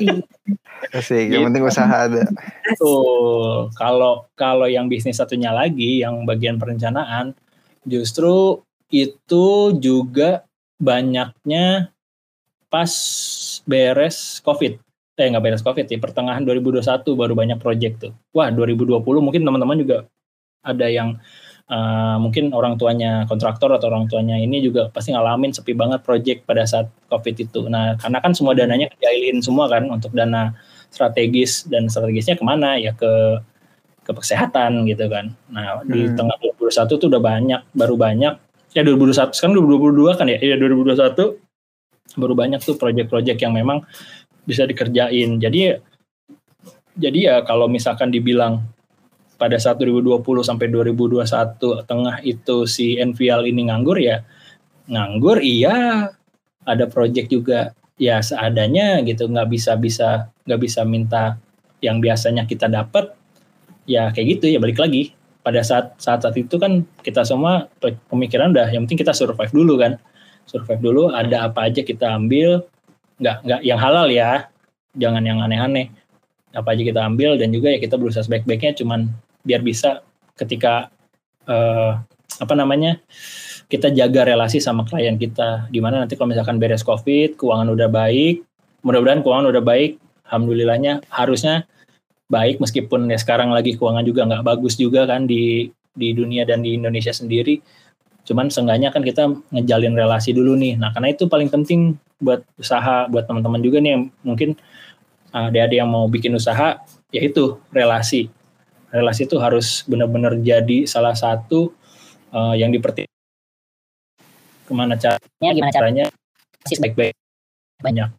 Speaker 2: Asik, yang penting usaha ada.
Speaker 3: Tuh, kalau kalau yang bisnis satunya lagi, yang bagian perencanaan, justru itu juga banyaknya pas beres COVID. Eh nggak beres COVID ya, pertengahan dua ribu dua puluh satu baru banyak project tuh. Wah dua ribu dua puluh mungkin teman-teman juga ada yang Uh, mungkin orang tuanya kontraktor atau orang tuanya ini juga pasti ngalamin sepi banget project pada saat COVID itu. Nah, karena kan semua dananya dialihin semua kan untuk dana strategis, dan strategisnya kemana ya, ke ke kesehatan gitu kan. Nah, hmm. di tengah dua ribu dua puluh satu tuh udah banyak, baru banyak ya dua ribu dua puluh satu sekarang dua ribu dua puluh dua kan ya. Iya dua ribu dua puluh satu baru banyak tuh project-project yang memang bisa dikerjain. Jadi jadi ya kalau misalkan dibilang pada saat dua ribu dua puluh sampai dua ribu dua puluh satu tengah itu si Envial ini nganggur ya, nganggur iya, ada project juga ya seadanya gitu, nggak bisa bisa nggak bisa minta yang biasanya kita dapat, ya kayak gitu ya. Balik lagi pada saat saat saat itu kan kita semua pemikiran udah yang penting kita survive dulu kan, survive dulu, ada apa aja kita ambil, nggak nggak yang halal ya, jangan yang aneh-aneh, apa aja kita ambil, dan juga ya kita berusaha sebaik-baiknya cuman biar bisa ketika uh, apa namanya kita jaga relasi sama klien kita, dimana nanti kalau misalkan beres COVID, keuangan udah baik, mudah-mudahan keuangan udah baik, alhamdulillahnya harusnya baik, meskipun ya sekarang lagi keuangan juga nggak bagus juga kan di di dunia dan di Indonesia sendiri, cuman seenggaknya kan kita ngejalin relasi dulu nih. Nah karena itu paling penting buat usaha, buat teman-teman juga nih yang mungkin uh, adik-adik yang mau bikin usaha, yaitu relasi. Relasi itu harus benar-benar jadi salah satu uh, yang dipertimbangkan. Kemana caranya, gimana caranya, masih baik-baik banyak.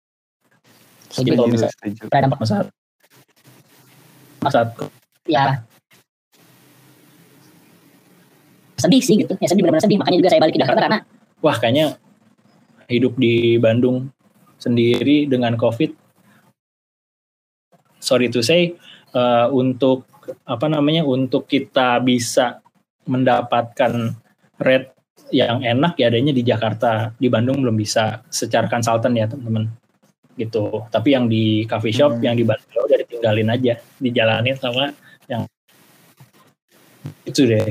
Speaker 3: Jadi kalau misalnya ada dampak masalah, masalah, ya sedih sih gitu, ya sedih, benar-benar sedih. Makanya juga saya balik ke Jakarta karena wah kayaknya hidup di Bandung sendiri dengan COVID, sorry to say, uh, untuk apa namanya, untuk kita bisa mendapatkan rate yang enak ya adanya di Jakarta, di Bandung belum bisa secara konsultan ya teman-teman gitu. Tapi yang di coffee shop, hmm. yang di Bandung udah ditinggalin aja, dijalanin sama yang itu deh.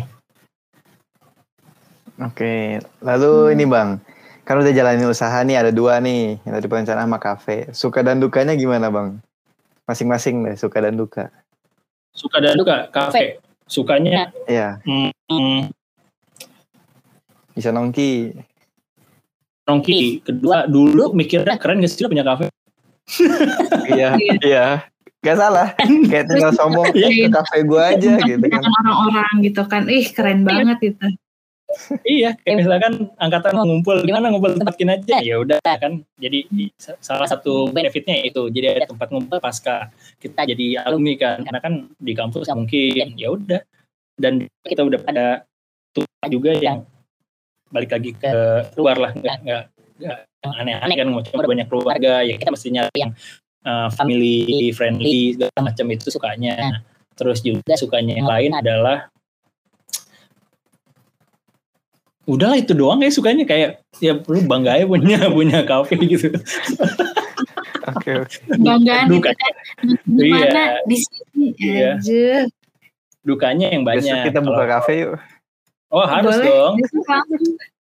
Speaker 2: Oke, lalu hmm. ini Bang, kan udah jalanin usaha nih, ada dua nih, yang tadi perencanaan sama kafe. Suka dan dukanya gimana Bang? Masing-masing deh, suka dan duka.
Speaker 3: Suka dan duka, kafe. Sukanya,
Speaker 2: iya.
Speaker 3: Hmm,
Speaker 2: bisa nongki.
Speaker 3: Nongki. Kedua, dulu mikirnya keren gak sih lo punya kafe?
Speaker 2: Iya, iya. Gak salah. Kayak tinggal sombong, ke kafe gue aja gitu kan.
Speaker 1: Orang-orang gitu kan, ih keren banget itu.
Speaker 3: Iya, kayak misalkan angkatan ngumpul, gimana ngumpul tempat kin aja, ya udah kan. Jadi salah satu benefitnya itu, jadi ada tempat ngumpul pasca kita jadi alumni kan, karena kan di kampus mungkin ya udah, dan kita udah pada tua juga yang balik lagi ke luar lah, nggak nggak nggak yang aneh-aneh kan, cuma banyak keluarga, ya kita mesti nyari yang uh, family friendly segala macam itu sukanya. Terus juga sukanya yang lain adalah udahlah itu doang ya sukanya, kayak ya lu bangga ya punya punya kafe gitu.
Speaker 2: Oke oke.
Speaker 1: Banggaan gitu kan. Gimana
Speaker 3: iya.
Speaker 1: di sini
Speaker 3: iya.
Speaker 1: aja.
Speaker 3: Dukanya yang banyak.
Speaker 2: Besok kita buka
Speaker 3: kalau,
Speaker 2: kafe yuk.
Speaker 3: Oh harus
Speaker 1: Boleh.
Speaker 3: dong.
Speaker 1: Justru langsung.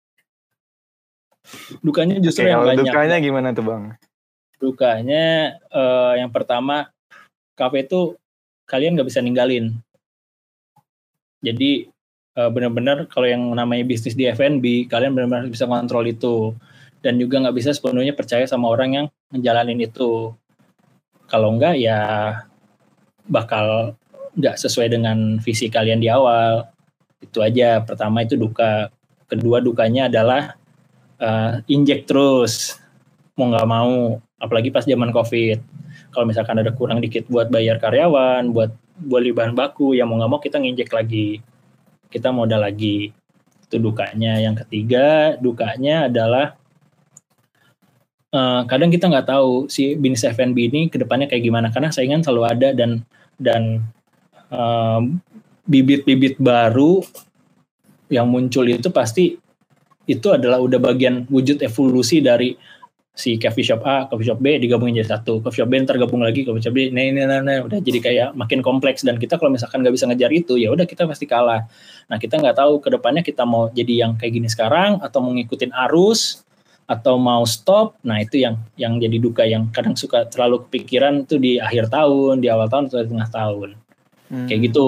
Speaker 3: Dukanya justru
Speaker 2: Oke,
Speaker 3: yang
Speaker 2: kalau
Speaker 3: banyak.
Speaker 2: dukanya gimana tuh Bang?
Speaker 3: Dukanya eh, yang pertama, kafe itu kalian nggak bisa ninggalin. Jadi eh, benar-benar kalau yang namanya bisnis di F and B, kalian benar-benar bisa kontrol itu. Dan juga nggak bisa sepenuhnya percaya sama orang yang ngejalanin itu. Kalau enggak ya bakal nggak sesuai dengan visi kalian di awal. Itu aja. Pertama itu duka. Kedua dukanya adalah uh, injek terus. Mau nggak mau. Apalagi pas zaman COVID. Kalau misalkan ada kurang dikit buat bayar karyawan, buat beli bahan baku, ya mau nggak mau kita nginjek lagi. Kita modal lagi. Itu dukanya. Yang ketiga, dukanya adalah uh, kadang kita nggak tahu si bisnis F and B ini kedepannya kayak gimana. Karena saingan selalu ada dan dan um, bibit-bibit baru yang muncul itu pasti itu adalah udah bagian wujud evolusi dari si coffee shop A, coffee shop B digabungin jadi satu, coffee shop B ntar gabung lagi, coffee shop B, nah ini nah, nah, udah jadi kayak makin kompleks dan kita kalau misalkan nggak bisa ngejar itu ya udah kita pasti kalah. Nah kita nggak tahu kedepannya kita mau jadi yang kayak gini sekarang atau mau ngikutin arus atau mau stop. Nah itu yang yang jadi duka yang kadang suka terlalu kepikiran itu di akhir tahun, di awal tahun atau di tengah tahun. Hmm. Kayak gitu.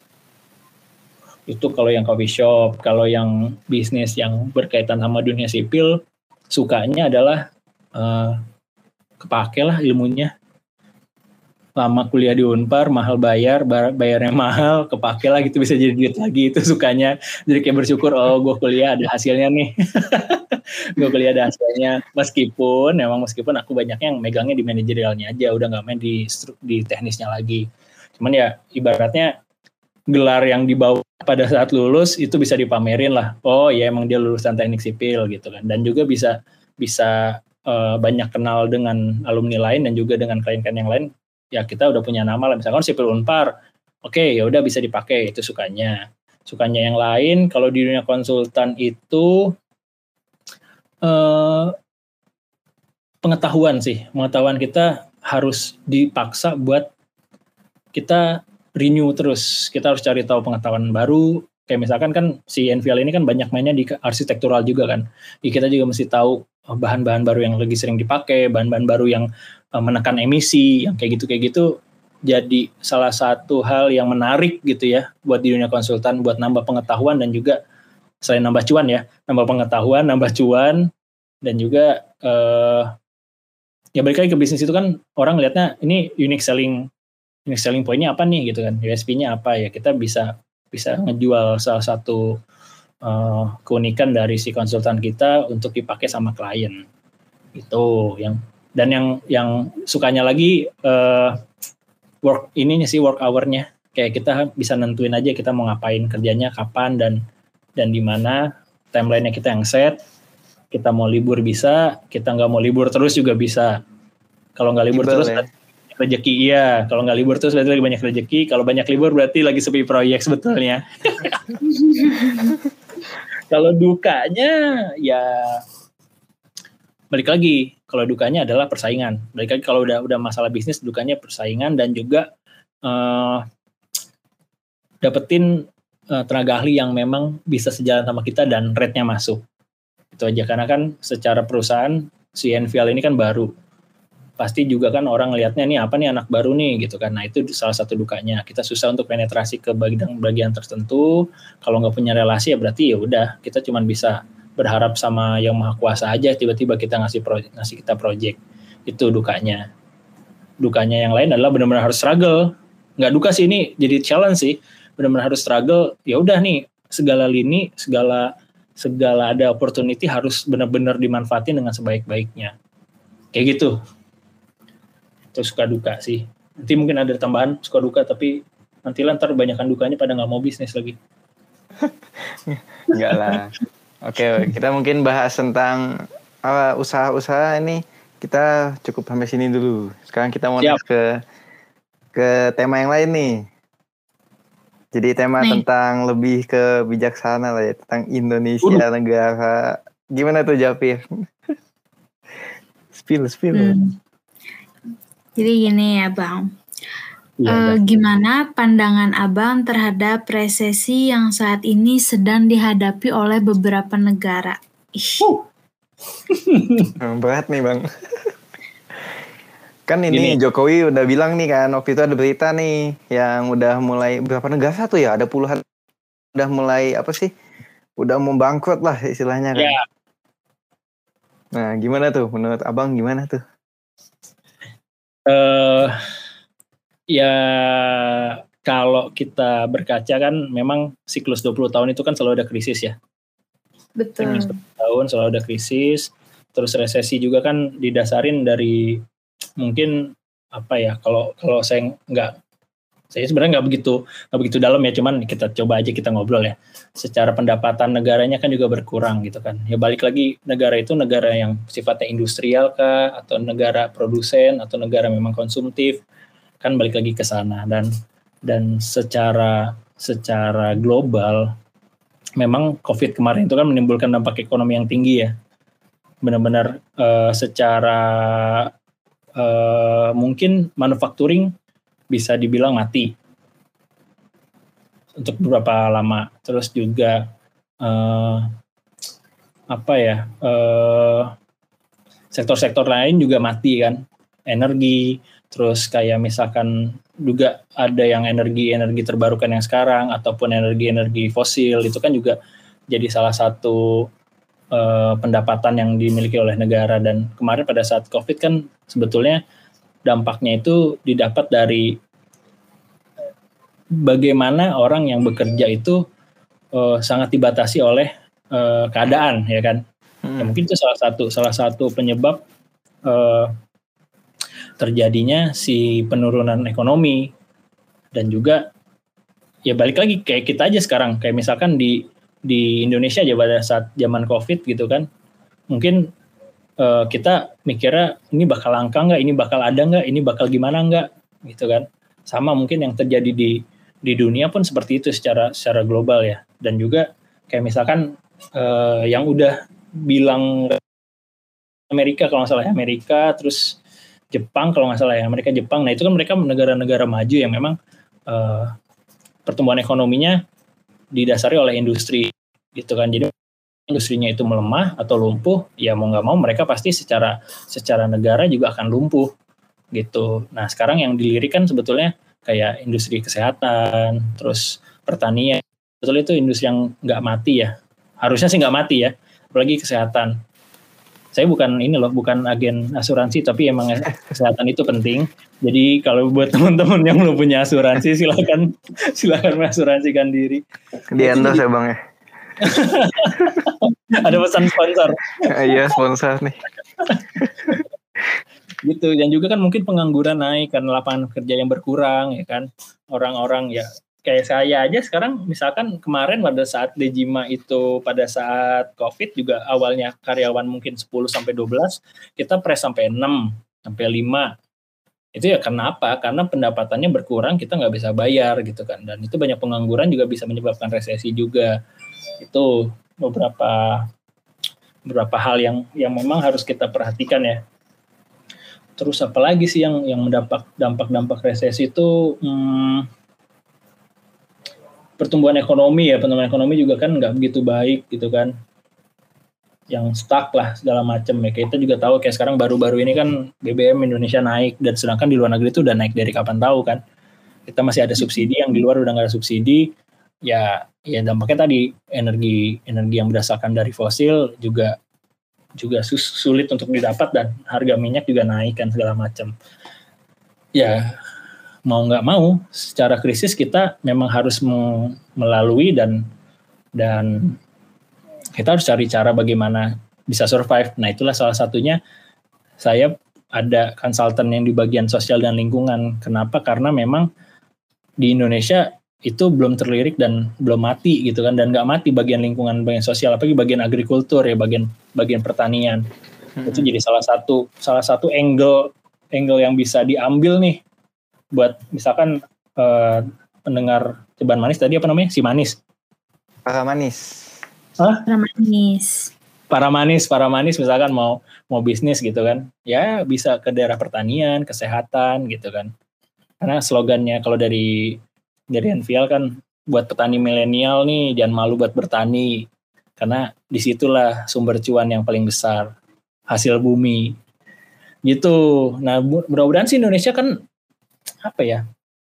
Speaker 3: Itu kalau yang coffee shop. Kalau yang bisnis yang berkaitan sama dunia sipil, sukanya adalah uh, kepake lah ilmunya. Lama kuliah di Unpar, mahal bayar, bayarnya mahal, kepake lah gitu, bisa jadi duit lagi, itu sukanya. Jadi kayak bersyukur, oh gue kuliah ada hasilnya nih. Gue kuliah ada hasilnya. Meskipun, memang meskipun aku banyaknya yang megangnya di manajerialnya aja, udah gak main di, di teknisnya lagi. Cuman ya ibaratnya gelar yang dibawa pada saat lulus itu bisa dipamerin lah. Oh ya emang dia lulusan teknik sipil gitu kan. Dan juga bisa bisa uh, banyak kenal dengan alumni lain dan juga dengan klien-klien yang lain. Ya kita udah punya nama lah. Misalkan sipil Unpar, oke okay, ya udah bisa dipakai, itu sukanya. Sukanya yang lain kalau di dunia konsultan itu uh, pengetahuan sih. Pengetahuan kita harus dipaksa buat kita renew terus, kita harus cari tahu pengetahuan baru. Kayak misalkan kan si N V L ini kan banyak mainnya di arsitektural juga kan. Jadi kita juga mesti tahu bahan-bahan baru yang lagi sering dipakai, bahan-bahan baru yang menekan emisi, yang kayak gitu kayak gitu. Jadi salah satu hal yang menarik gitu ya buat di dunia konsultan, buat nambah pengetahuan dan juga selain nambah cuan ya, nambah pengetahuan, nambah cuan dan juga eh, ya balik lagi ke bisnis itu kan orang lihatnya ini unique selling unique selling point-nya apa nih gitu kan, U S P-nya apa ya, kita bisa bisa ngejual salah satu uh, keunikan dari si konsultan kita untuk dipakai sama klien itu yang. Dan yang yang sukanya lagi uh, work ininya sih, work hour-nya kayak kita bisa nentuin aja kita mau ngapain, kerjanya kapan dan dan di mana, timeline-nya kita yang set. Kita mau libur bisa, kita nggak mau libur terus juga bisa. Kalau nggak libur Ibel, terus ya? Rezeki iya, kalau nggak libur terus berarti lagi banyak rezeki, kalau banyak libur berarti lagi sepi proyek sebetulnya. Kalau dukanya ya balik lagi, kalau dukanya adalah persaingan. Balik lagi kalau udah udah masalah bisnis, dukanya persaingan dan juga uh, dapetin uh, tenaga ahli yang memang bisa sejalan sama kita dan rate-nya masuk. Itu aja, karena kan secara perusahaan si N V L ini kan baru. Pasti juga kan orang ngelihatnya nih apa nih anak baru nih gitu kan. Nah itu salah satu dukanya. Kita susah untuk penetrasi ke bagian-bagian tertentu. Kalau nggak punya relasi ya berarti ya udah kita cuma bisa berharap sama yang maha kuasa aja. Tiba-tiba kita ngasih project, ngasih kita project. Itu dukanya. Dukanya yang lain adalah benar-benar harus struggle. Nggak duka sih, ini jadi challenge sih. Benar-benar harus struggle. Ya udah nih segala lini, segala segala ada opportunity harus benar-benar dimanfaatin dengan sebaik-baiknya. Kayak gitu. Terus suka duka sih. Nanti mungkin ada tambahan suka duka, tapi nanti ntar banyakan dukanya pada nggak mau bisnis lagi.
Speaker 2: Enggak lah. Oke, kita mungkin bahas tentang uh, usaha-usaha ini. Kita cukup sampai sini dulu. Sekarang kita mau next ke ke tema yang lain nih. Jadi tema nih. Tentang lebih ke bijaksana lah ya, tentang Indonesia uh. negara. Gimana tuh Japir? spill, spill. Hmm.
Speaker 1: Jadi gini ya Bang, Uh, gimana pandangan Abang terhadap resesi yang saat ini sedang dihadapi oleh beberapa negara?
Speaker 2: Uh. Berat nih Bang. Kan ini Gini. Jokowi udah bilang nih kan, waktu itu ada berita nih yang udah mulai berapa negara tuh ya, ada puluhan udah mulai apa sih, udah mau bangkrut lah istilahnya kan. Yeah. Nah gimana tuh menurut Abang, gimana tuh?
Speaker 3: Uh, ya kalau kita berkaca kan memang siklus dua puluh tahun itu kan selalu ada krisis ya.
Speaker 1: Betul.
Speaker 3: Siklus dua puluh tahun selalu ada krisis, terus resesi juga kan didasarin dari mungkin apa ya, kalau kalau saya nggak, saya sebenarnya nggak begitu nggak begitu dalam ya, cuman kita coba aja kita ngobrol ya. Secara pendapatan negaranya kan juga berkurang gitu kan. Ya balik lagi, negara itu negara yang sifatnya industrial kah, atau negara produsen, atau negara memang konsumtif, kan balik lagi ke sana. Dan dan secara secara global memang COVID kemarin itu kan menimbulkan dampak ekonomi yang tinggi ya. Benar-benar uh, secara uh, mungkin manufacturing bisa dibilang mati untuk beberapa lama. Terus juga uh, apa ya, uh, sektor-sektor lain juga mati kan, energi. Terus kayak misalkan juga ada yang energi-energi terbarukan yang sekarang ataupun energi-energi fosil, itu kan juga jadi salah satu uh, pendapatan yang dimiliki oleh negara. Dan kemarin pada saat COVID kan sebetulnya dampaknya itu didapat dari bagaimana orang yang bekerja itu uh, sangat dibatasi oleh uh, keadaan ya kan. Hmm. Ya, mungkin itu salah satu salah satu penyebab uh, terjadinya si penurunan ekonomi. Dan juga ya balik lagi kayak kita aja sekarang, kayak misalkan di di Indonesia aja pada saat zaman COVID gitu kan, mungkin uh, kita mikirnya ini bakal langka nggak, ini bakal ada nggak, ini bakal gimana nggak gitu kan. Sama mungkin yang terjadi di di dunia pun seperti itu secara secara global ya. Dan juga kayak misalkan uh, yang udah bilang Amerika kalau nggak salah ya, Amerika, terus Jepang kalau nggak salah ya, Amerika Jepang. Nah itu kan mereka negara-negara maju yang memang uh, pertumbuhan ekonominya didasari oleh industri gitu kan. Jadi industrinya itu melemah atau lumpuh, ya mau nggak mau mereka pasti secara secara negara juga akan lumpuh gitu. Nah sekarang yang dilirik kan sebetulnya kayak industri kesehatan, terus pertanian. Betul, itu industri yang nggak mati ya. Harusnya sih nggak mati ya, apalagi kesehatan. Saya bukan ini loh, bukan agen asuransi, tapi emang kesehatan itu penting. Jadi kalau buat teman-teman yang belum punya asuransi, silakan silakan mengasuransikan diri.
Speaker 2: Di endorse ya Bang ya.
Speaker 3: Ada pesan sponsor.
Speaker 2: Iya, sponsor nih.
Speaker 3: Gitu. Dan juga kan mungkin pengangguran naik karena lapangan kerja yang berkurang ya kan. Orang-orang ya kayak saya aja sekarang, misalkan kemarin pada saat Dejima itu pada saat COVID juga awalnya karyawan mungkin sepuluh sampai dua belas, kita press sampai enam sampai lima. Itu ya karena apa? Karena pendapatannya berkurang, kita nggak bisa bayar gitu kan. Dan itu banyak pengangguran juga bisa menyebabkan resesi juga. Itu beberapa beberapa hal yang yang memang harus kita perhatikan ya. Terus apa lagi sih yang yang mendapat dampak-dampak resesi itu? Hmm, pertumbuhan ekonomi ya, pertumbuhan ekonomi juga kan nggak begitu baik gitu kan, yang stuck lah segala macam ya. Kita juga tahu kayak sekarang baru-baru ini kan B B M Indonesia naik, dan sedangkan di luar negeri itu udah naik dari kapan tahu kan. Kita masih ada subsidi, yang di luar udah nggak ada subsidi. Ya, ya dampaknya tadi energi energi yang berdasarkan dari fosil juga juga sulit untuk didapat, dan harga minyak juga naik kan segala macam. Ya mau nggak mau, secara krisis kita memang harus melalui dan dan kita harus cari cara bagaimana bisa survive. Nah itulah salah satunya saya ada konsultan yang di bagian sosial dan lingkungan. Kenapa? Karena memang di Indonesia itu belum terlirik dan belum mati gitu kan, dan nggak mati bagian lingkungan, bagian sosial, apalagi bagian agrikultur ya, bagian bagian pertanian. Hmm. Itu jadi salah satu salah satu angle angle yang bisa diambil nih buat misalkan uh, pendengar Ceban Manis tadi, apa namanya? Si Manis.
Speaker 2: Para Manis.
Speaker 1: Hah? Para Manis.
Speaker 3: Para Manis, para Manis misalkan mau mau bisnis gitu kan. Ya bisa ke daerah pertanian, kesehatan gitu kan. Karena slogannya kalau dari dari N V L kan, buat petani milenial nih jangan malu buat bertani, karena disitulah sumber cuan yang paling besar, hasil bumi gitu. Nah mudah-mudahan sih Indonesia kan apa ya,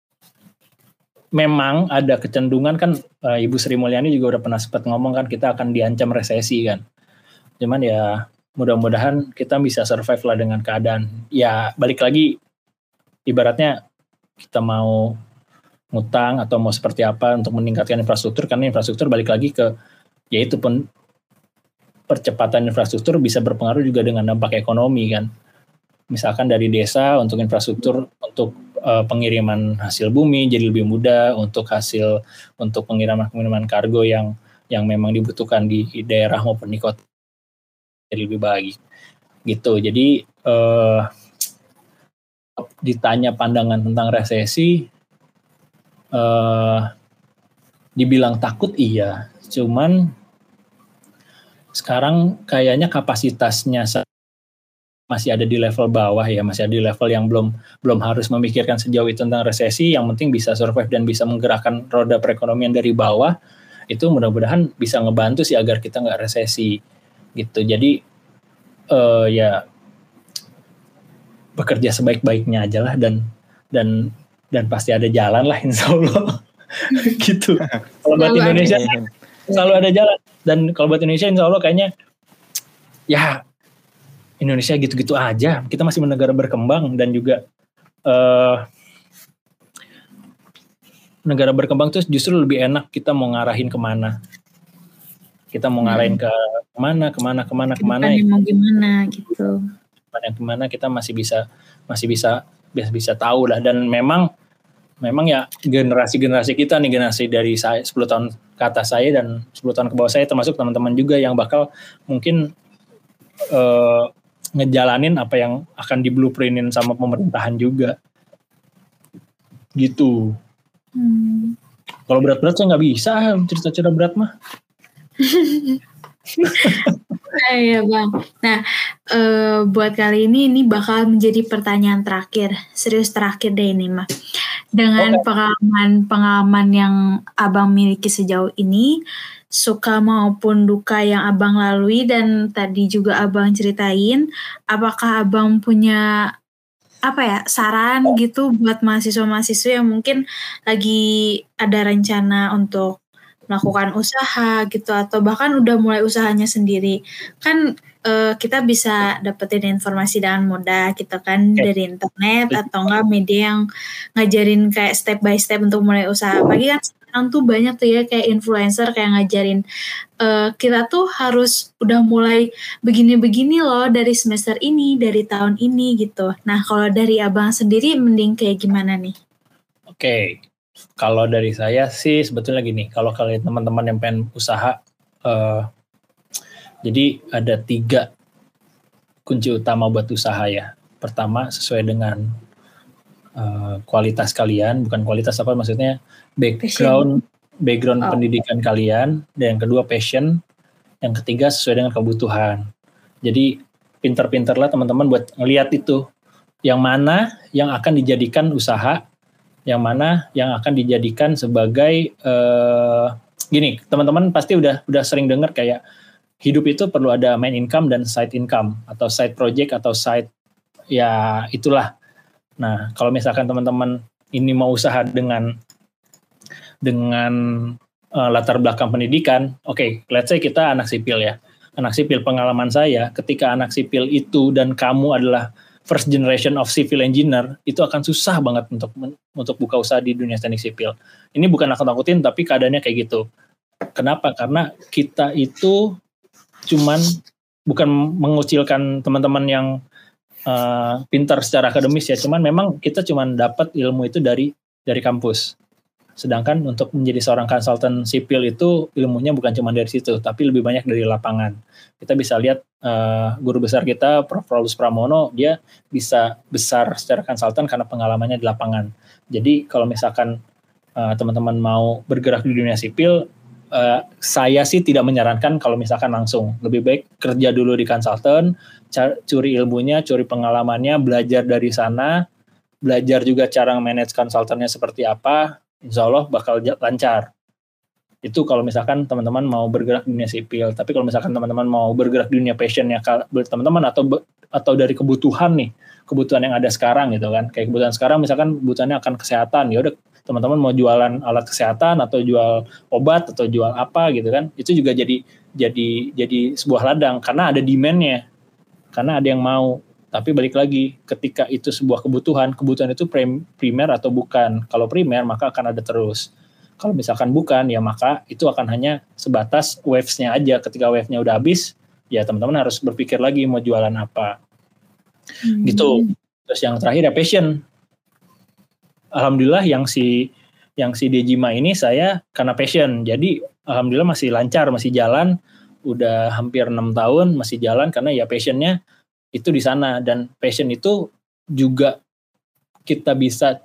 Speaker 3: memang ada kecenderungan kan, uh, Ibu Sri Mulyani juga udah pernah sempat ngomong kan, kita akan diancam resesi kan. Cuman ya mudah-mudahan kita bisa survive lah dengan keadaan. Ya balik lagi, ibaratnya kita mau ngutang atau mau seperti apa untuk meningkatkan infrastruktur, karena infrastruktur balik lagi ke, yaitu pun percepatan infrastruktur bisa berpengaruh juga dengan dampak ekonomi kan. Misalkan dari desa untuk infrastruktur, untuk uh, pengiriman hasil bumi jadi lebih mudah, untuk hasil untuk pengiriman-pengiriman kargo yang yang memang dibutuhkan di daerah maupun di kota jadi lebih baik gitu. Jadi uh, ditanya pandangan tentang resesi, uh, dibilang takut iya, cuman sekarang kayaknya kapasitasnya masih ada di level bawah ya, masih ada di level yang belum belum harus memikirkan sejauh itu tentang resesi. Yang penting bisa survive dan bisa menggerakkan roda perekonomian dari bawah, itu mudah-mudahan bisa ngebantu sih agar kita nggak resesi gitu. Jadi uh, ya bekerja sebaik-baiknya aja lah, dan dan dan pasti ada jalan lah insya Allah. Gitu. Kalau buat Indonesia selalu ada jalan, dan kalau buat Indonesia insya Allah kayaknya ya Indonesia gitu-gitu aja. Kita masih negara berkembang, dan juga uh, negara berkembang tuh justru lebih enak kita mau ngarahin kemana. Kita mau ngarahin ke kemana, kemana, kemana, kemana.
Speaker 1: Ya. Mau gimana gitu.
Speaker 3: Kemana, kemana kita masih bisa, masih bisa, bisa, bisa tahu lah. Dan memang, memang ya generasi-generasi kita nih, generasi dari saya sepuluh tahun ke atas saya dan sepuluh tahun ke bawah saya, termasuk teman-teman juga yang bakal mungkin uh, ngejalanin apa yang akan di blueprintin sama pemerintahan juga gitu. Hmm. Kalau berat-berat saya nggak bisa cerita-cerita berat mah.
Speaker 1: Iya bang. Nah uh, buat kali ini ini bakal menjadi pertanyaan terakhir, serius terakhir deh ini mah. Dengan okay. pengalaman-pengalaman yang abang miliki sejauh ini, suka maupun duka yang abang lalui dan tadi juga abang ceritain, apakah abang punya apa ya saran gitu buat mahasiswa-mahasiswa yang mungkin lagi ada rencana untuk melakukan usaha gitu, atau bahkan udah mulai usahanya sendiri kan? Uh, kita bisa dapetin informasi dengan mudah gitu kan, okay. dari internet atau enggak media yang ngajarin kayak step by step untuk mulai usaha. Apalagi kan sekarang tuh banyak tuh ya kayak influencer kayak ngajarin uh, kita tuh harus udah mulai begini-begini loh dari semester ini, dari tahun ini gitu. Nah kalau dari abang sendiri mending kayak gimana nih?
Speaker 3: Oke, okay. Kalau dari saya sih sebetulnya gini, kalau kalian teman-teman yang pengen usaha, uh, jadi ada tiga kunci utama buat usaha ya. Pertama, sesuai dengan uh, kualitas kalian, bukan kualitas apa maksudnya, background passion. background oh. pendidikan kalian. Dan yang kedua passion. Yang ketiga sesuai dengan kebutuhan. Jadi pinter-pinterlah teman-teman buat ngelihat itu, yang mana yang akan dijadikan usaha, yang mana yang akan dijadikan sebagai uh, gini, teman-teman pasti udah udah sering dengar kayak hidup itu perlu ada main income dan side income, atau side project atau side ya itulah. Nah, kalau misalkan teman-teman ini mau usaha dengan dengan uh, latar belakang pendidikan, oke, okay, let's say kita anak sipil ya. Anak sipil, pengalaman saya ketika anak sipil itu dan kamu adalah first generation of civil engineer, itu akan susah banget untuk untuk buka usaha di dunia teknik sipil. Ini bukan nakut-nakutin, tapi keadaannya kayak gitu. Kenapa? Karena kita itu cuman, bukan mengucilkan teman-teman yang uh, pintar secara akademis ya, cuman memang kita cuman dapat ilmu itu dari dari kampus. Sedangkan untuk menjadi seorang konsultan sipil itu ilmunya bukan cuma dari situ, tapi lebih banyak dari lapangan. Kita bisa lihat uh, guru besar kita, Profesor Paulus Pramono, dia bisa besar secara konsultan karena pengalamannya di lapangan. Jadi kalau misalkan uh, teman-teman mau bergerak di dunia sipil, uh, saya sih tidak menyarankan kalau misalkan langsung. Lebih baik kerja dulu di konsultan, curi ilmunya, curi pengalamannya, belajar dari sana, belajar juga cara manage konsultannya seperti apa, insya Allah bakal lancar. Itu kalau misalkan teman-teman mau bergerak di dunia sipil. Tapi kalau misalkan teman-teman mau bergerak di dunia passionnya teman-teman atau atau dari kebutuhan nih, kebutuhan yang ada sekarang gitu kan. Kayak kebutuhan sekarang misalkan kebutuhannya akan kesehatan, ya udah teman-teman mau jualan alat kesehatan atau jual obat atau jual apa gitu kan. Itu juga jadi jadi jadi sebuah ladang karena ada demand-nya. Karena ada yang mau. Tapi balik lagi, ketika itu sebuah kebutuhan, kebutuhan itu primer atau bukan. Kalau primer maka akan ada terus. Kalau misalkan bukan, ya maka itu akan hanya sebatas waves-nya aja. Ketika wave-nya udah habis, ya teman-teman harus berpikir lagi mau jualan apa. Hmm. Gitu. Terus yang terakhir ya passion. Alhamdulillah yang si yang si Dejima ini saya karena passion. Jadi alhamdulillah masih lancar, masih jalan. Udah hampir enam tahun masih jalan karena ya passion-nya itu di sana. Dan passion itu juga kita bisa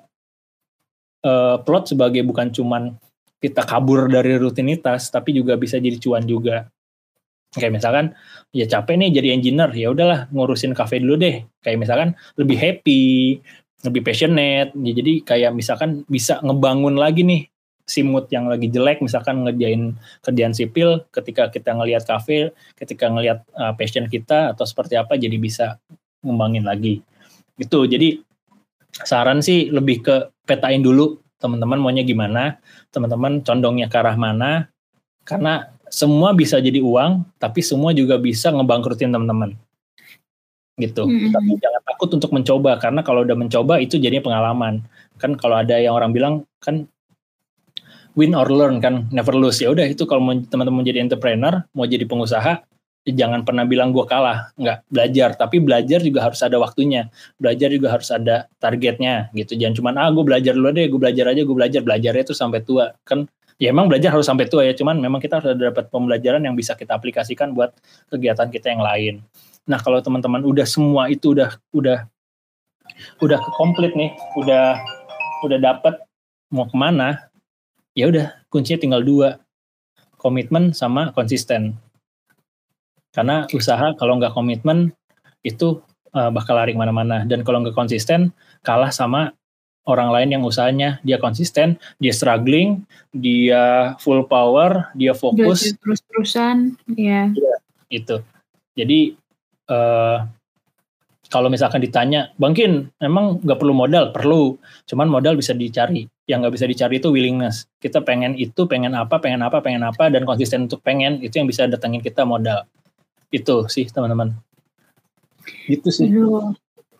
Speaker 3: uh, plot sebagai bukan cuman kita kabur dari rutinitas, tapi juga bisa jadi cuan juga. Kayak misalkan, ya capek nih jadi engineer, ya udahlah ngurusin kafe dulu deh. Kayak misalkan lebih happy, lebih passionate. Ya, jadi kayak misalkan bisa ngebangun lagi nih si mood yang lagi jelek, misalkan ngerjain kerjaan sipil, ketika kita ngelihat kafe, ketika ngelihat uh, passion kita atau seperti apa, jadi bisa ngembangin lagi. Gitu. Jadi saran sih lebih ke petain dulu teman-teman maunya gimana, teman-teman condongnya ke arah mana, karena semua bisa jadi uang, tapi semua juga bisa ngebangkrutin teman-teman. Gitu. Mm-hmm. Tapi jangan takut untuk mencoba, karena kalau udah mencoba itu jadinya pengalaman. Kan kalau ada yang orang bilang kan win or learn kan, never lose. Ya udah itu kalau mau teman-teman jadi entrepreneur, mau jadi pengusaha, jangan pernah bilang gue kalah, nggak belajar. Tapi belajar juga harus ada waktunya, belajar juga harus ada targetnya gitu. Jangan cuma ah gue belajar dulu deh, gue belajar aja, gue belajar belajarnya itu sampai tua kan. Ya emang belajar harus sampai tua ya, cuman memang kita harus dapat pembelajaran yang bisa kita aplikasikan buat kegiatan kita yang lain. Nah kalau teman-teman udah semua itu udah udah udah komplit nih, udah udah dapat mau kemana, ya udah kuncinya tinggal dua, komitmen sama konsisten. Karena usaha kalau nggak komitmen itu uh, bakal lari kemana-mana. Dan kalau nggak konsisten, kalah sama orang lain yang usahanya dia konsisten, dia struggling, dia full power, dia fokus.
Speaker 1: Terus-terusan, ya.
Speaker 3: Ya. Itu. Jadi uh, kalau misalkan ditanya, Bang Kin, emang nggak perlu modal? Perlu. Cuman modal bisa dicari. Yang nggak bisa dicari itu willingness. Kita pengen itu, pengen apa, pengen apa, pengen apa, dan konsisten untuk pengen, itu yang bisa datangin kita modal. Itu sih teman-teman. Gitu sih.
Speaker 1: Aduh.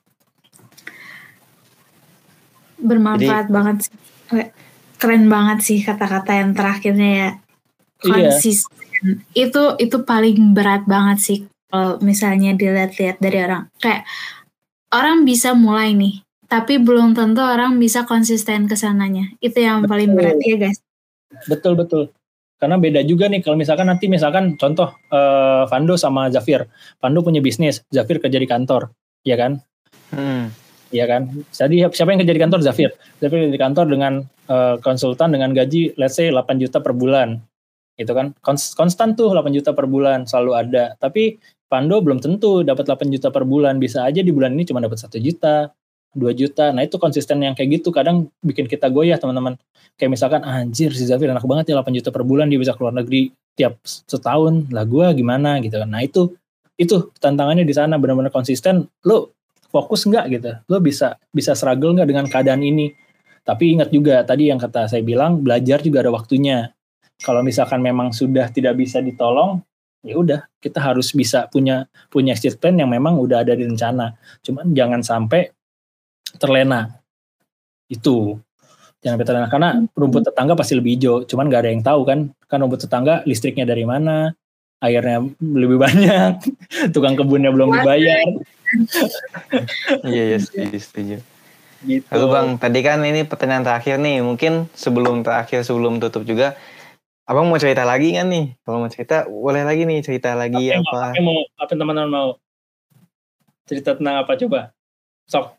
Speaker 1: Bermanfaat Jadi, banget sih. Keren banget sih kata-kata yang terakhirnya ya. Konsisten. Iya. Itu itu paling berat banget sih kalau misalnya dilihat-lihat dari orang. Kayak orang bisa mulai nih, tapi belum tentu orang bisa konsisten ke sananya. Itu yang betul. Paling berat ya guys.
Speaker 3: Betul betul. Karena beda juga nih kalau misalkan nanti misalkan contoh uh, Fando sama Zafir. Fando punya bisnis, Zafir kerja di kantor, ya kan? Hmm. Ya kan? Jadi siapa yang kerja di kantor? Zafir. Zafir kerja di kantor dengan uh, konsultan dengan gaji let's say delapan juta per bulan. Gitu kan? Konstan tuh delapan juta per bulan selalu ada. Tapi Fando belum tentu dapat delapan juta per bulan, bisa aja di bulan ini cuma dapat satu juta, dua juta. Nah, itu konsisten yang kayak gitu kadang bikin kita goyah, teman-teman. Kayak misalkan anjir si Zafir enak banget ya delapan juta per bulan dia bisa keluar negeri tiap setahun. Lah gua gimana gitu kan. Nah, itu itu tantangannya di sana, benar-benar konsisten. Lo fokus enggak gitu. Lo bisa bisa struggle enggak dengan keadaan ini. Tapi ingat juga tadi yang kata saya bilang, belajar juga ada waktunya. Kalau misalkan memang sudah tidak bisa ditolong, ya udah kita harus bisa punya punya exit plan yang memang udah ada di rencana. Cuman jangan sampai terlena. Itu jangan sampai terlena karena rumput tetangga pasti lebih hijau. Cuman nggak ada yang tahu kan, kan rumput tetangga listriknya dari mana, airnya lebih banyak, tukang kebunnya belum dibayar.
Speaker 2: Iya iya setuju setuju. Gitu. Lalu Bang, tadi kan ini pertanyaan terakhir nih, mungkin sebelum terakhir sebelum tutup juga. Abang mau cerita lagi kan nih? Kalau mau cerita, boleh lagi nih cerita lagi apa? Apa,
Speaker 3: apa mau? Apa teman-teman mau? Cerita tentang apa coba? Sok.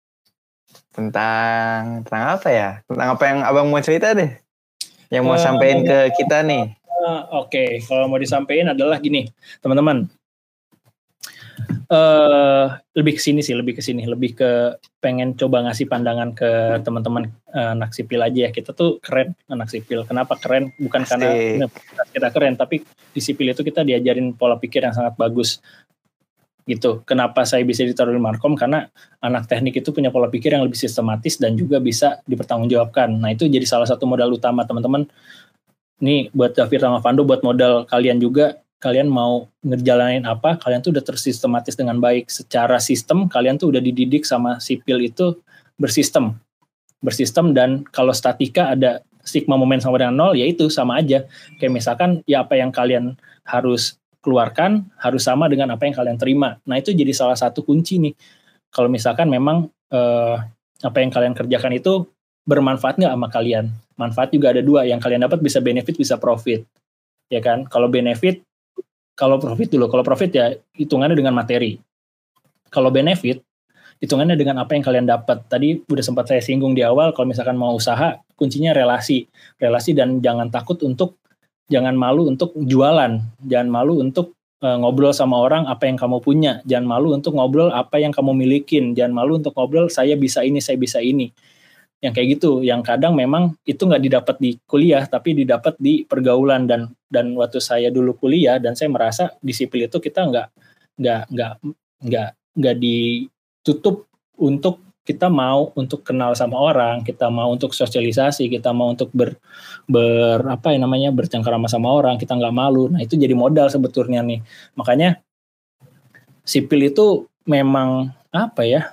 Speaker 2: Tentang tentang apa ya? Tentang apa yang abang mau cerita deh? Yang mau uh, sampein uh, ke kita nih?
Speaker 3: Uh, Oke, okay. Kalau mau disampaikan adalah gini, teman-teman. Uh, lebih ke sini sih, lebih ke sini, lebih ke pengen coba ngasih pandangan ke teman-teman uh, anak sipil aja ya. Kita tuh keren anak sipil. Kenapa keren? Bukan
Speaker 2: Asik.
Speaker 3: karena universitas kita keren, tapi di sipil itu kita diajarin pola pikir yang sangat bagus. Gitu. Kenapa saya bisa ditaruh di Markom? Karena anak teknik itu punya pola pikir yang lebih sistematis dan juga bisa dipertanggungjawabkan. Nah, itu jadi salah satu modal utama teman-teman. Nih buat David sama Fando, buat modal kalian juga. Kalian mau ngejalanin apa, kalian tuh udah tersistematis dengan baik. Secara sistem, kalian tuh udah dididik sama sipil itu bersistem. Bersistem, dan kalau statika ada sigma momen sama dengan nol, ya itu sama aja. Kayak misalkan, ya apa yang kalian harus keluarkan, harus sama dengan apa yang kalian terima. Nah itu jadi salah satu kunci nih. Kalau misalkan memang eh, apa yang kalian kerjakan itu bermanfaat nggak sama kalian. Manfaat juga ada dua, yang kalian dapat bisa benefit, bisa profit. Ya kan, kalau benefit, Kalau profit dulu, kalau profit ya hitungannya dengan materi. Kalau benefit, hitungannya dengan apa yang kalian dapat. Tadi udah sempat saya singgung di awal, kalau misalkan mau usaha, kuncinya relasi. Relasi, dan jangan takut untuk, jangan malu untuk jualan. Jangan malu untuk uh, ngobrol sama orang apa yang kamu punya. Jangan malu untuk ngobrol apa yang kamu milikin. Jangan malu untuk ngobrol saya bisa ini, saya bisa ini. Yang kayak gitu, yang kadang memang itu nggak didapat di kuliah, tapi didapat di pergaulan. Dan dan waktu saya dulu kuliah, dan saya merasa di sipil itu kita nggak nggak nggak nggak nggak ditutup untuk kita mau untuk kenal sama orang, kita mau untuk sosialisasi, kita mau untuk ber, ber apa ya namanya bercengkerama sama orang, kita nggak malu. Nah itu jadi modal sebetulnya nih. Makanya sipil itu memang apa ya?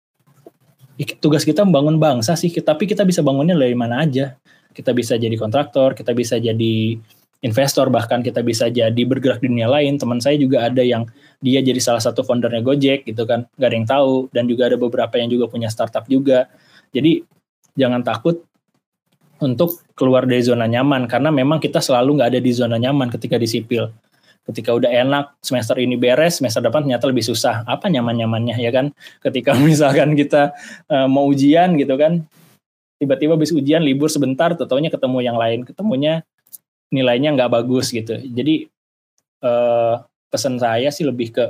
Speaker 3: Tugas kita membangun bangsa sih, tapi kita bisa bangunnya dari mana aja. Kita bisa jadi kontraktor, kita bisa jadi investor, bahkan kita bisa jadi bergerak di dunia lain. Teman saya juga ada yang dia jadi salah satu foundernya Gojek gitu kan, nggak ada yang tahu. Dan juga ada beberapa yang juga punya startup juga. Jadi jangan takut untuk keluar dari zona nyaman, karena memang kita selalu nggak ada di zona nyaman ketika di sipil. Ketika udah enak, semester ini beres, semester depan ternyata lebih susah. Apa nyaman-nyamannya ya kan? Ketika misalkan kita uh, mau ujian gitu kan, tiba-tiba habis ujian libur sebentar, tau-taunya ketemu yang lain, ketemunya nilainya nggak bagus gitu. Jadi uh, pesan saya sih lebih ke,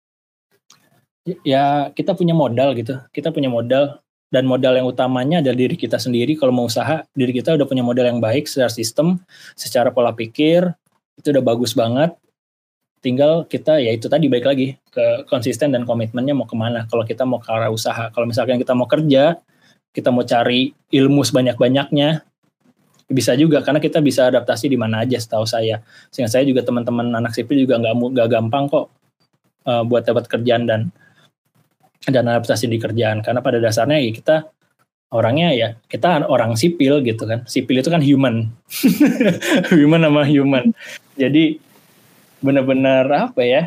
Speaker 3: ya kita punya modal gitu, kita punya modal, dan modal yang utamanya adalah diri kita sendiri. Kalau mau usaha, diri kita udah punya modal yang baik secara sistem, secara pola pikir, itu udah bagus banget. Tinggal kita, ya itu tadi balik lagi ke konsisten dan komitmennya mau kemana. Kalau kita mau ke arah usaha, kalau misalkan kita mau kerja, kita mau cari ilmu sebanyak-banyaknya, bisa juga, karena kita bisa adaptasi di mana aja setahu saya. Sehingga saya juga teman-teman anak sipil juga nggak nggak gampang kok uh, buat dapat kerjaan dan dan adaptasi di kerjaan, karena pada dasarnya ya kita orangnya ya kita orang sipil gitu kan. Sipil itu kan human, human sama human. Jadi benar-benar apa ya,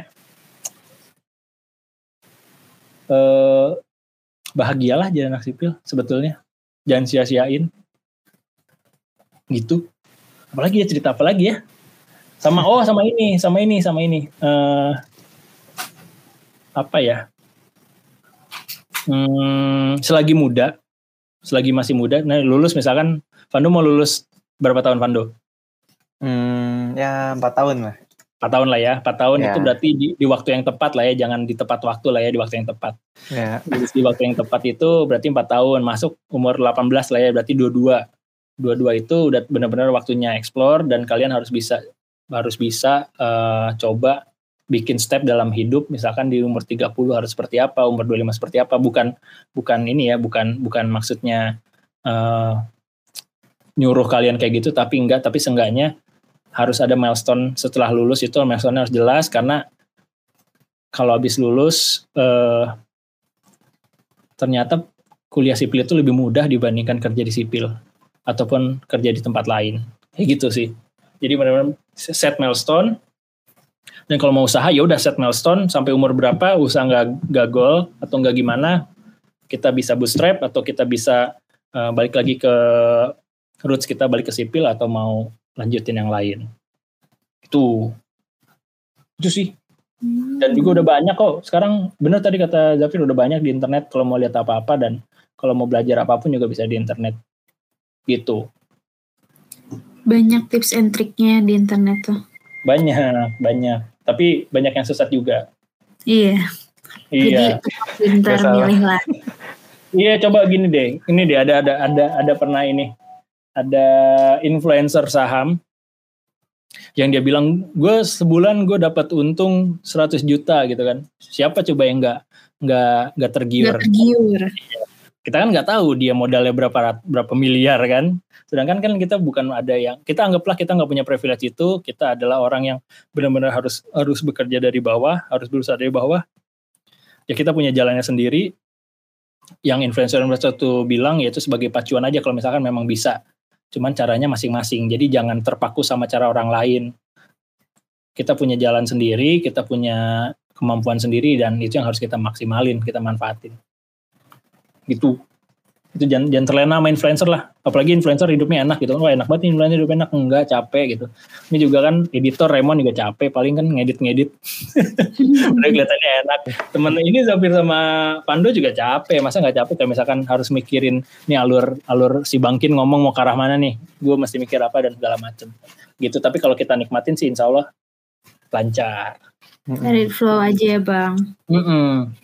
Speaker 3: eh, bahagialah jadi anak sipil sebetulnya, jangan sia-siain gitu. Apalagi ya, cerita apa lagi ya, sama oh sama ini sama ini sama ini eh, apa ya, hmm, selagi muda, selagi masih muda, nah lulus misalkan, Fando mau lulus berapa tahun Fando?
Speaker 2: Hmm, ya empat tahun lah.
Speaker 3: empat tahun lah ya, empat tahun
Speaker 2: ya.
Speaker 3: Itu berarti di, di waktu yang tepat lah ya, jangan di tepat waktu lah ya, di waktu yang tepat.
Speaker 2: Ya.
Speaker 3: Di waktu yang tepat itu berarti empat tahun, masuk umur delapan belas lah ya, berarti dua puluh dua. dua puluh dua itu udah benar-benar waktunya explore, dan kalian harus bisa harus bisa uh, coba bikin step dalam hidup. Misalkan di umur tiga puluh harus seperti apa, umur dua puluh lima seperti apa, bukan bukan ini ya, bukan bukan maksudnya uh, nyuruh kalian kayak gitu, tapi enggak, tapi seenggaknya harus ada milestone setelah lulus. Itu milestone harus jelas, karena kalau habis lulus eh, ternyata kuliah sipil itu lebih mudah dibandingkan kerja di sipil ataupun kerja di tempat lain, kayak gitu sih. Jadi benar-benar set milestone, dan kalau mau usaha ya udah set milestone sampai umur berapa, usaha nggak gagal atau nggak gimana, kita bisa bootstrap atau kita bisa uh, balik lagi ke roots kita, balik ke sipil, atau mau lanjutin yang lain. Itu itu sih. Dan juga udah banyak kok sekarang, bener tadi kata Zafir, udah banyak di internet kalau mau lihat apa-apa, dan kalau mau belajar apapun juga bisa di internet gitu.
Speaker 1: Banyak tips and triknya di internet tuh.
Speaker 3: Banyak banyak tapi banyak yang sesat juga.
Speaker 1: Iya,
Speaker 3: Iya.
Speaker 1: Jadi tetap pintar
Speaker 2: Nggak salah.
Speaker 1: milih lah.
Speaker 3: Iya, coba gini deh. Ini deh ada ada ada ada pernah ini. Ada influencer saham yang dia bilang, gue sebulan gue dapat untung seratus juta gitu kan. Siapa coba yang nggak nggak nggak tergiur?
Speaker 1: Nggak tergiur.
Speaker 3: Kita kan nggak tahu dia modalnya berapa rat- berapa miliar kan. Sedangkan kan kita bukan ada yang, kita anggaplah kita nggak punya privilege itu. Kita adalah orang yang benar-benar harus harus bekerja dari bawah, harus berusaha dari bawah. Ya kita punya jalannya sendiri. Yang influencer-influencer itu bilang yaitu sebagai pacuan aja kalau misalkan memang bisa. Cuman caranya masing-masing. Jadi jangan terpaku sama cara orang lain. Kita punya jalan sendiri, kita punya kemampuan sendiri, dan itu yang harus kita maksimalin, kita manfaatin. Gitu. Itu jangan, jangan terlena sama influencer lah. Apalagi influencer hidupnya enak gitu. Wah enak banget influencer hidupnya enak. Enggak, capek gitu. Ini juga kan editor Raymond juga capek. Paling kan ngedit-ngedit. Udah kelihatannya enak. Temen ini Zafir sama Pando juga capek. Masa gak capek kayak misalkan harus mikirin nih alur alur si Bangkin ngomong mau ke arah mana nih. Gue mesti mikir apa dan segala macem. Gitu. Tapi kalau kita nikmatin sih insya Allah lancar.
Speaker 1: Dari flow aja ya Bang.
Speaker 3: Mm-mm.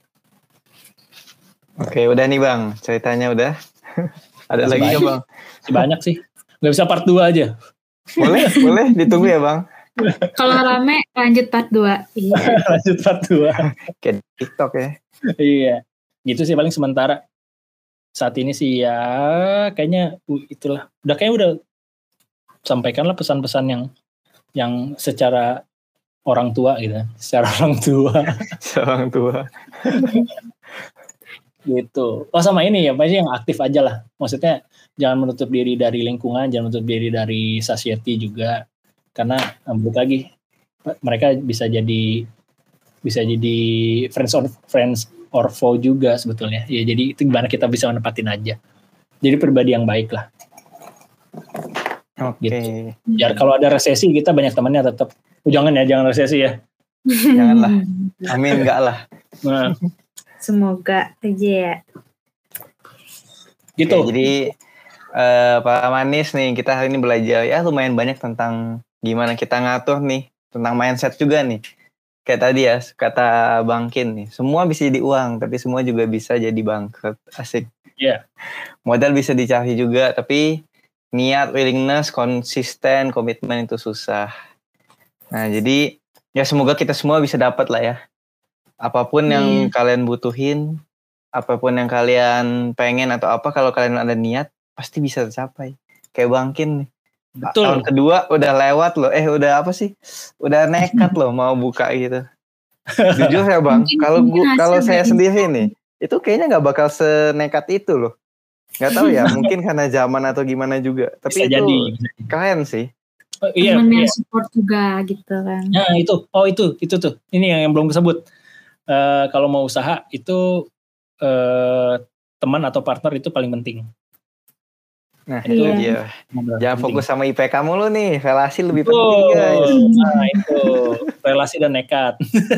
Speaker 2: Oke, udah nih Bang, ceritanya udah. Ada
Speaker 3: Masih
Speaker 2: lagi nggak
Speaker 3: banyak.
Speaker 2: Bang?
Speaker 3: Masih banyak sih. Gak bisa part dua aja.
Speaker 2: Boleh, boleh ditunggu ya Bang.
Speaker 1: Kalau rame lanjut part dua. Iya.
Speaker 3: Lanjut part dua.
Speaker 2: Kayak TikTok ya.
Speaker 3: Iya. Gitu sih paling sementara. Saat ini sih ya kayaknya uh, itulah. Udah kayaknya udah sampaikanlah pesan-pesan yang yang secara orang tua gitu. Secara orang tua.
Speaker 2: Seorang tua.
Speaker 3: Gitu. Oh sama ini ya, pasti yang aktif aja lah. Maksudnya jangan menutup diri dari lingkungan, jangan menutup diri dari society juga. Karena menurut lagi mereka bisa jadi bisa jadi friends or friends or foe juga sebetulnya. Ya jadi itu gimana kita bisa menempatin aja. Jadi pribadi yang baik lah.
Speaker 2: Oke.
Speaker 3: Gitu. Biar kalau ada resesi kita banyak temannya tetap. Oh, jangan ya, jangan resesi ya.
Speaker 2: Janganlah. Amin enggak lah.
Speaker 3: Nah,
Speaker 1: Semoga aja ya.
Speaker 3: gitu.
Speaker 2: Oke, jadi eh, Pak Manis nih, kita hari ini belajar ya lumayan banyak tentang gimana kita ngatur nih, tentang mindset juga nih. Kayak tadi ya, kata Bangkin nih, semua bisa jadi uang, tapi semua juga bisa jadi bangkrut. Asik.
Speaker 3: Iya.
Speaker 2: Modal bisa dicari juga, tapi niat, willingness, konsisten, komitmen itu susah. Nah, jadi ya semoga kita semua bisa dapat lah ya. Apapun yang
Speaker 1: Iya.
Speaker 2: kalian butuhin, apapun yang kalian pengen atau apa, kalau kalian ada niat, pasti bisa tercapai. Kayak Bangkin nih.
Speaker 3: Betul.
Speaker 2: Tahun kedua udah lewat loh. Eh udah apa sih? Udah nekat loh mau buka gitu. Jujur ya Bang,
Speaker 1: Mungkin-
Speaker 2: kalau
Speaker 1: mungkin
Speaker 2: gua
Speaker 1: hasil
Speaker 2: kalau saya
Speaker 1: dari
Speaker 2: sendiri
Speaker 1: itu.
Speaker 2: nih, itu kayaknya nggak bakal senekat itu loh. Nggak tahu ya, mungkin karena zaman atau gimana juga.
Speaker 3: Bisa
Speaker 2: Tapi itu
Speaker 3: jadi.
Speaker 2: keren sih.
Speaker 3: Oh, iya,
Speaker 1: Temen
Speaker 3: iya.
Speaker 1: yang support juga gitu kan.
Speaker 3: Nah itu, oh itu, itu tuh. Ini yang, yang belum disebut. Eh, kalau mau usaha itu eh, teman atau partner itu paling penting.
Speaker 2: Nah
Speaker 3: Itu
Speaker 2: itu
Speaker 1: Iya.
Speaker 2: dia.
Speaker 3: Benar,
Speaker 2: Jangan
Speaker 3: penting.
Speaker 2: fokus sama I P K mulu nih, relasi lebih
Speaker 3: Betul.
Speaker 2: penting guys.
Speaker 3: Nah itu relasi dan nekat.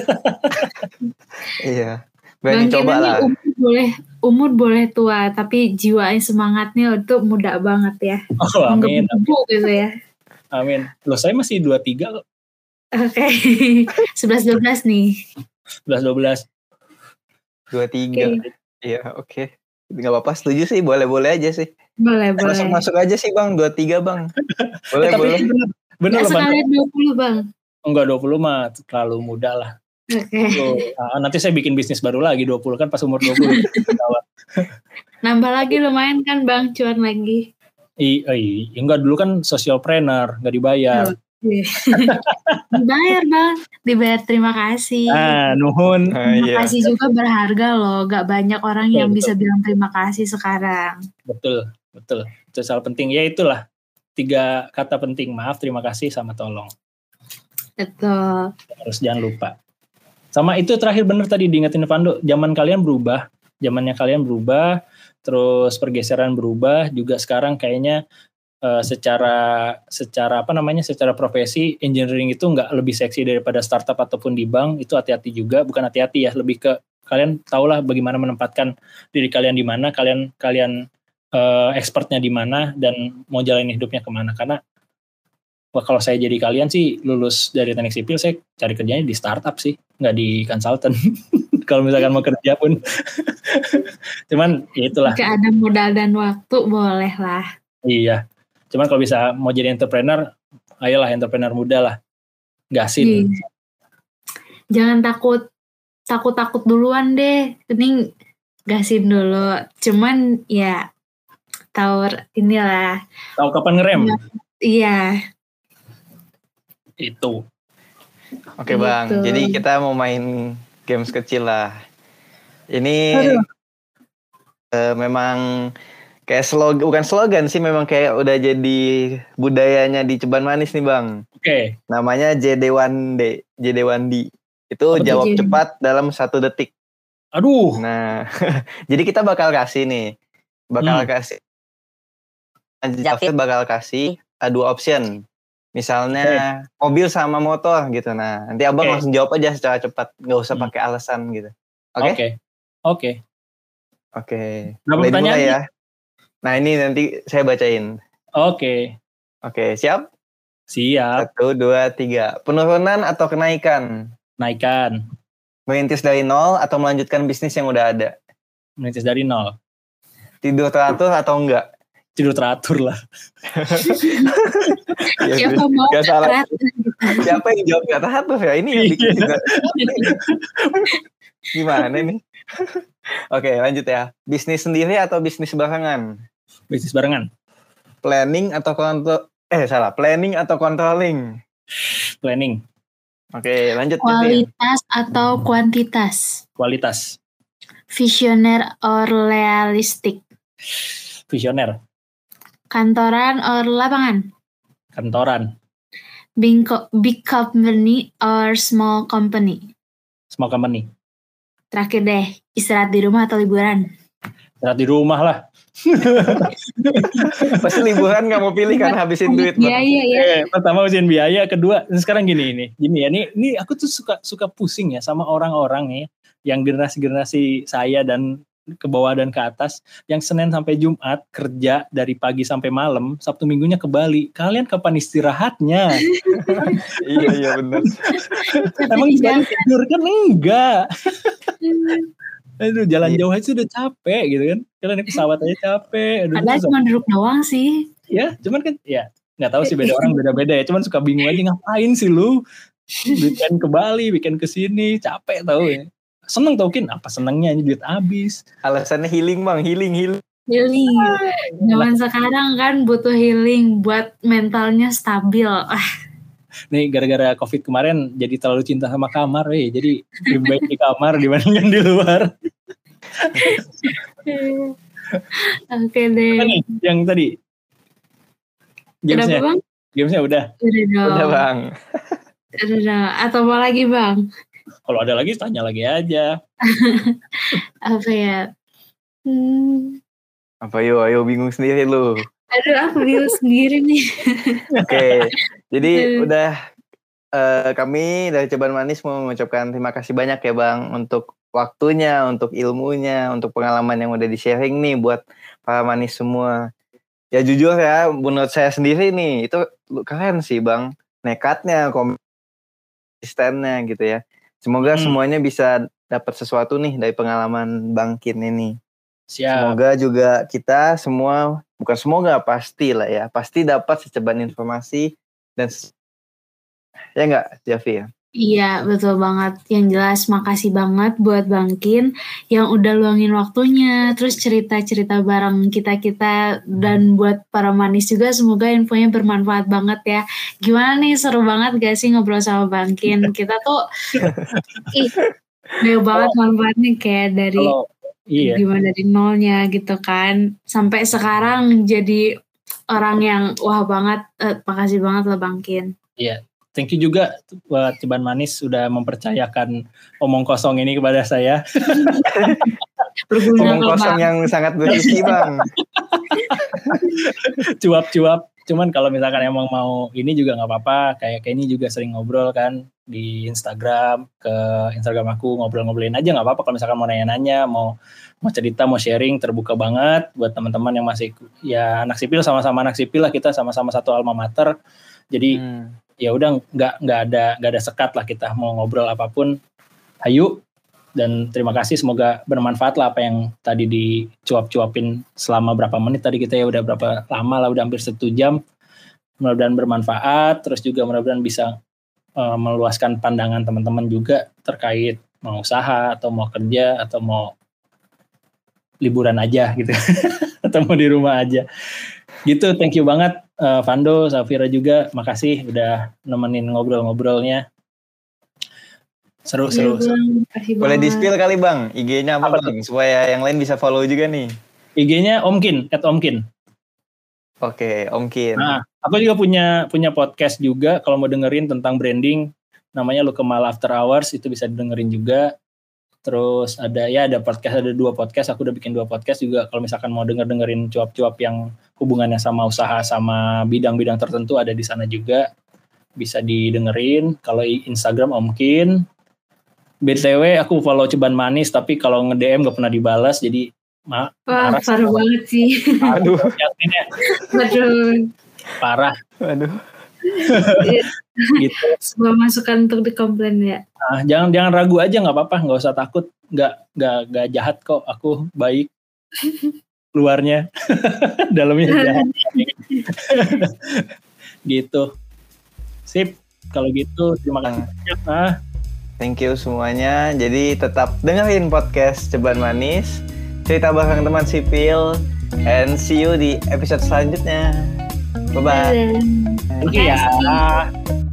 Speaker 2: Iya.
Speaker 1: Bang
Speaker 2: Berani
Speaker 1: Kira
Speaker 2: coba
Speaker 1: nih
Speaker 2: lah.
Speaker 1: umur boleh umur boleh tua, tapi jiwanya semangatnya itu muda banget ya.
Speaker 3: Oh amin,
Speaker 1: Menggebu-gebu gitu ya.
Speaker 3: amin. Loh saya masih dua puluh tiga kok,
Speaker 1: Oke. sebelas dua belas nih.
Speaker 3: sebelas dua belas.
Speaker 2: dua tiga.
Speaker 1: Oke.
Speaker 2: Iya, oke. Nggak apa-apa, setuju sih, boleh-boleh aja sih.
Speaker 1: Boleh, boleh.
Speaker 2: Masuk-masuk aja sih Bang, dua tiga Bang. Boleh,
Speaker 3: Tapi
Speaker 2: boleh.
Speaker 3: bener, bener
Speaker 1: Nggak
Speaker 3: loh Pan.
Speaker 1: sekalian dua puluh Bang.
Speaker 3: Enggak dua puluh mah terlalu muda lah.
Speaker 1: Oke.
Speaker 3: Tuh, ah, nanti saya bikin bisnis baru lagi dua puluh kan pas umur dua puluh.
Speaker 1: Nambah lagi lumayan kan Bang, cuan lagi.
Speaker 3: I, i, enggak dulu kan socialpreneur, enggak dibayar.
Speaker 1: Dibayar Bang, dibayar terima kasih.
Speaker 3: Ah, nuhun.
Speaker 2: Ah,
Speaker 1: Terima
Speaker 2: iya.
Speaker 1: kasih juga berharga loh, gak banyak orang
Speaker 3: Betul,
Speaker 1: yang
Speaker 3: betul.
Speaker 1: bisa bilang terima kasih sekarang.
Speaker 3: Betul, betul. Itu hal penting. Ya itulah tiga kata penting, maaf, terima kasih, sama tolong.
Speaker 1: Betul.
Speaker 3: Harus jangan lupa. Sama itu terakhir bener tadi diingetin Pando, zaman kalian berubah, zamannya kalian berubah, terus pergeseran berubah, juga sekarang kayaknya uh, secara secara apa namanya, secara profesi engineering itu nggak lebih seksi daripada startup ataupun di bank, itu hati-hati juga, bukan hati-hati ya, lebih ke kalian tahulah bagaimana menempatkan diri kalian di mana, kalian kalian uh, expertnya di mana dan mau jalanin hidupnya kemana, karena Wah, kalau saya jadi kalian sih lulus dari teknik sipil, saya cari kerjanya di startup sih, nggak di konsultan. Kalau misalkan mau kerja pun. Cuman ya itulah.
Speaker 1: Jika ada modal dan waktu boleh lah.
Speaker 3: Iya. Cuman kalau bisa mau jadi entrepreneur, ayolah entrepreneur muda lah. Gasin.
Speaker 1: Iya. Jangan takut, takut-takut duluan deh. Mending gasin dulu. Cuman ya tahu inilah.
Speaker 3: Tahu kapan ngerem?
Speaker 1: Iya.
Speaker 3: Itu.
Speaker 2: Oke Bang,
Speaker 1: Gitu.
Speaker 2: jadi kita mau main games kecil lah. Ini uh, memang kayak slogan, bukan slogan sih, memang kayak udah jadi budayanya di Ceban Manis nih Bang.
Speaker 3: Oke. Okay.
Speaker 2: Namanya J D satu D, J D satu D. Itu
Speaker 3: Apa
Speaker 2: jawab
Speaker 1: J D?
Speaker 2: cepat dalam satu detik.
Speaker 3: Aduh.
Speaker 2: Nah, jadi kita bakal kasih nih, bakal
Speaker 3: Hmm.
Speaker 2: kasih, Jafet bakal kasih uh, dua option. Misalnya okay. mobil sama motor gitu. Nah, nanti abang
Speaker 3: Okay.
Speaker 2: langsung jawab aja secara cepat, nggak usah
Speaker 3: Hmm.
Speaker 2: pakai alasan gitu. Oke?
Speaker 3: Oke. Okay? Oke. Okay.
Speaker 2: Oke.
Speaker 3: Berapa
Speaker 2: Mulai
Speaker 3: pertanyaan
Speaker 2: dimulai ya. Nah, ini nanti saya bacain.
Speaker 3: Oke. Okay.
Speaker 2: Oke, siap?
Speaker 3: Siap.
Speaker 2: Satu, dua, tiga. Penurunan atau kenaikan?
Speaker 3: Naikkan.
Speaker 2: Merintis dari nol atau melanjutkan bisnis yang udah ada?
Speaker 3: Merintis dari nol.
Speaker 2: Tidur teratur atau enggak?
Speaker 3: Tidur teratur lah.
Speaker 2: Ya,
Speaker 1: Siapa mau
Speaker 2: gak salah.
Speaker 1: teratur?
Speaker 2: Siapa yang jawab gak teratur ya? Ini yang bikin juga. Gimana nih? Oke, lanjut ya. Bisnis sendiri atau bisnis barengan?
Speaker 3: Bisnis barengan.
Speaker 2: Planning atau kontrol? Eh, salah. Planning atau controlling?
Speaker 3: Planning.
Speaker 2: Oke, lanjut.
Speaker 1: Kualitas atau kuantitas?
Speaker 3: Kualitas.
Speaker 1: Visioner or realistic?
Speaker 3: Visioner.
Speaker 1: Kantoran or lapangan?
Speaker 3: Kantoran.
Speaker 1: Big, co- big company or small company?
Speaker 3: Small company.
Speaker 1: Terakhir deh, istirahat di rumah atau liburan?
Speaker 3: Istirahat di rumah lah.
Speaker 2: Pasti liburan gak mau pilih kan, habisin duit.
Speaker 1: Iya, iya, iya.
Speaker 3: Eh, pertama ujian biaya, kedua sekarang gini ini. Gini ya, ini ini aku tuh suka suka pusing ya sama orang-orang ya yang generasi-generasi saya dan ke bawah dan ke atas yang Senin sampai Jumat kerja dari pagi sampai malam, Sabtu Minggunya ke Bali. Kalian kapan istirahatnya?
Speaker 2: Iya, iya benar.
Speaker 3: Emang bisa tidur kan enggak? Aduh, jalan jauh aja udah capek gitu kan. Karena naik pesawat aja capek. Aduh,
Speaker 1: Padahal cuma duduk doang sih.
Speaker 3: Ya, cuman kan ya nggak tahu sih, beda orang beda-beda ya. Cuman suka bingung aja, ngapain sih lu? Weekend ke Bali, weekend ke sini, capek tau ya. Seneng tau Kin, apa senengnya aja duit habis.
Speaker 2: Alasannya healing Bang, healing, healing.
Speaker 1: Healing. Zaman sekarang kan butuh healing buat mentalnya stabil. Ah,
Speaker 3: Nih gara-gara Covid kemarin jadi terlalu cinta sama kamar, eh jadi lebih baik di kamar dibandingkan di luar.
Speaker 1: Oke deh.
Speaker 3: Apa nih yang tadi?
Speaker 1: Kenapa
Speaker 3: Gamesnya,
Speaker 1: Bang?
Speaker 3: gamesnya udah.
Speaker 1: Udah dong.
Speaker 2: Udah Bang.
Speaker 1: Udah dong. Atau mau lagi Bang?
Speaker 3: Kalau ada lagi tanya lagi aja.
Speaker 1: Apa ya? Hmm.
Speaker 2: Apa yuk, ayo bingung sendiri lu.
Speaker 1: Aduh, aku bingung sendiri nih.
Speaker 2: Oke, jadi udah uh, kami dari Ceban Manis mau mengucapkan terima kasih banyak ya Bang untuk waktunya, untuk ilmunya, untuk pengalaman yang udah di-sharing nih buat para manis semua. Ya jujur ya, menurut saya sendiri nih, itu keren sih Bang. Nekatnya, konsistennya gitu ya. Semoga hmm. semuanya bisa dapat sesuatu nih dari pengalaman Bang Kin ini.
Speaker 3: Siap.
Speaker 2: Semoga juga kita semua, bukan semoga, pasti lah ya, pasti dapat seceban informasi dan ya enggak, Javi ya?
Speaker 1: Iya, betul banget. Yang jelas makasih banget buat Bang Kin yang udah luangin waktunya, terus cerita-cerita bareng kita-kita, dan buat para manis juga semoga infonya bermanfaat banget ya. Gimana nih, seru banget gak sih ngobrol sama Bang Kin? Kita tuh ih, banyak banget manfaatnya kayak dari
Speaker 3: Halo. Iya.
Speaker 1: Gimana dari nolnya gitu kan, sampai sekarang jadi orang yang wah banget. Eh, makasih banget lah Bang Kin.
Speaker 3: Iya, thank you juga buat Ceban Manis sudah mempercayakan omong kosong ini kepada saya.
Speaker 2: Omong kosong yang sangat berisi Bang.
Speaker 3: Cuap-cuap. Cuman kalau misalkan emang mau ini juga nggak apa-apa. Kayak kayak ini juga sering ngobrol kan di Instagram, ke Instagram aku ngobrol-ngobrolin aja nggak apa-apa. Kalau misalkan mau nanya-nanya, mau mau cerita, mau sharing, terbuka banget buat teman-teman yang masih ya anak sipil, sama-sama anak sipil lah, kita sama-sama satu alma mater. Jadi
Speaker 2: Hmm.
Speaker 3: ya udah nggak nggak ada nggak ada sekat lah, kita mau ngobrol apapun, hayu. Dan terima kasih, semoga bermanfaat lah apa yang tadi dicuap-cuapin selama berapa menit tadi kita ya, udah berapa lama lah, udah hampir satu jam. Mudah-mudahan bermanfaat, terus juga mudah-mudahan bisa uh, meluaskan pandangan teman-teman juga terkait mau usaha atau mau kerja atau mau liburan aja gitu atau mau di rumah aja gitu. Thank you banget uh, Vando, Safira juga, makasih udah nemenin ngobrol-ngobrolnya. Seru, seru,
Speaker 1: Ya,
Speaker 3: seru.
Speaker 2: Boleh di-spill kali Bang, I G-nya apa,
Speaker 3: Apa
Speaker 2: Bang? Supaya yang lain bisa follow juga nih.
Speaker 3: I G-nya Omkin, at Omkin.
Speaker 2: Oke, Omkin.
Speaker 3: Nah, aku juga punya punya podcast juga, kalau mau dengerin tentang branding, namanya Lukemal After Hours, itu bisa dengerin juga. Terus ada ya ada podcast, ada dua podcast, aku udah bikin dua podcast juga. Kalau misalkan mau denger-dengerin cuap-cuap yang hubungannya sama usaha, sama bidang-bidang tertentu, ada di sana juga. Bisa didengerin. Kalau Instagram Omkin. B T W aku follow Ceban Manis, tapi kalau nge-D M gak pernah dibalas, jadi ma-
Speaker 1: Wah,
Speaker 3: marah.
Speaker 1: parah banget sih.
Speaker 2: Aduh.
Speaker 1: Waduh.
Speaker 3: Parah.
Speaker 2: Aduh.
Speaker 3: Gitu.
Speaker 1: Sebuah masukan untuk dikomplain ya.
Speaker 3: Nah, jangan jangan ragu aja, nggak apa-apa, nggak usah takut, nggak nggak nggak jahat kok, aku baik luarnya, dalamnya jahat. Gitu. Sip, kalau gitu terima kasih banyak. Nah,
Speaker 2: Thank you semuanya. Jadi tetap dengerin podcast Ceban Manis, cerita bareng teman sipil, and see you di episode selanjutnya. Bye-bye.
Speaker 3: thank you ya.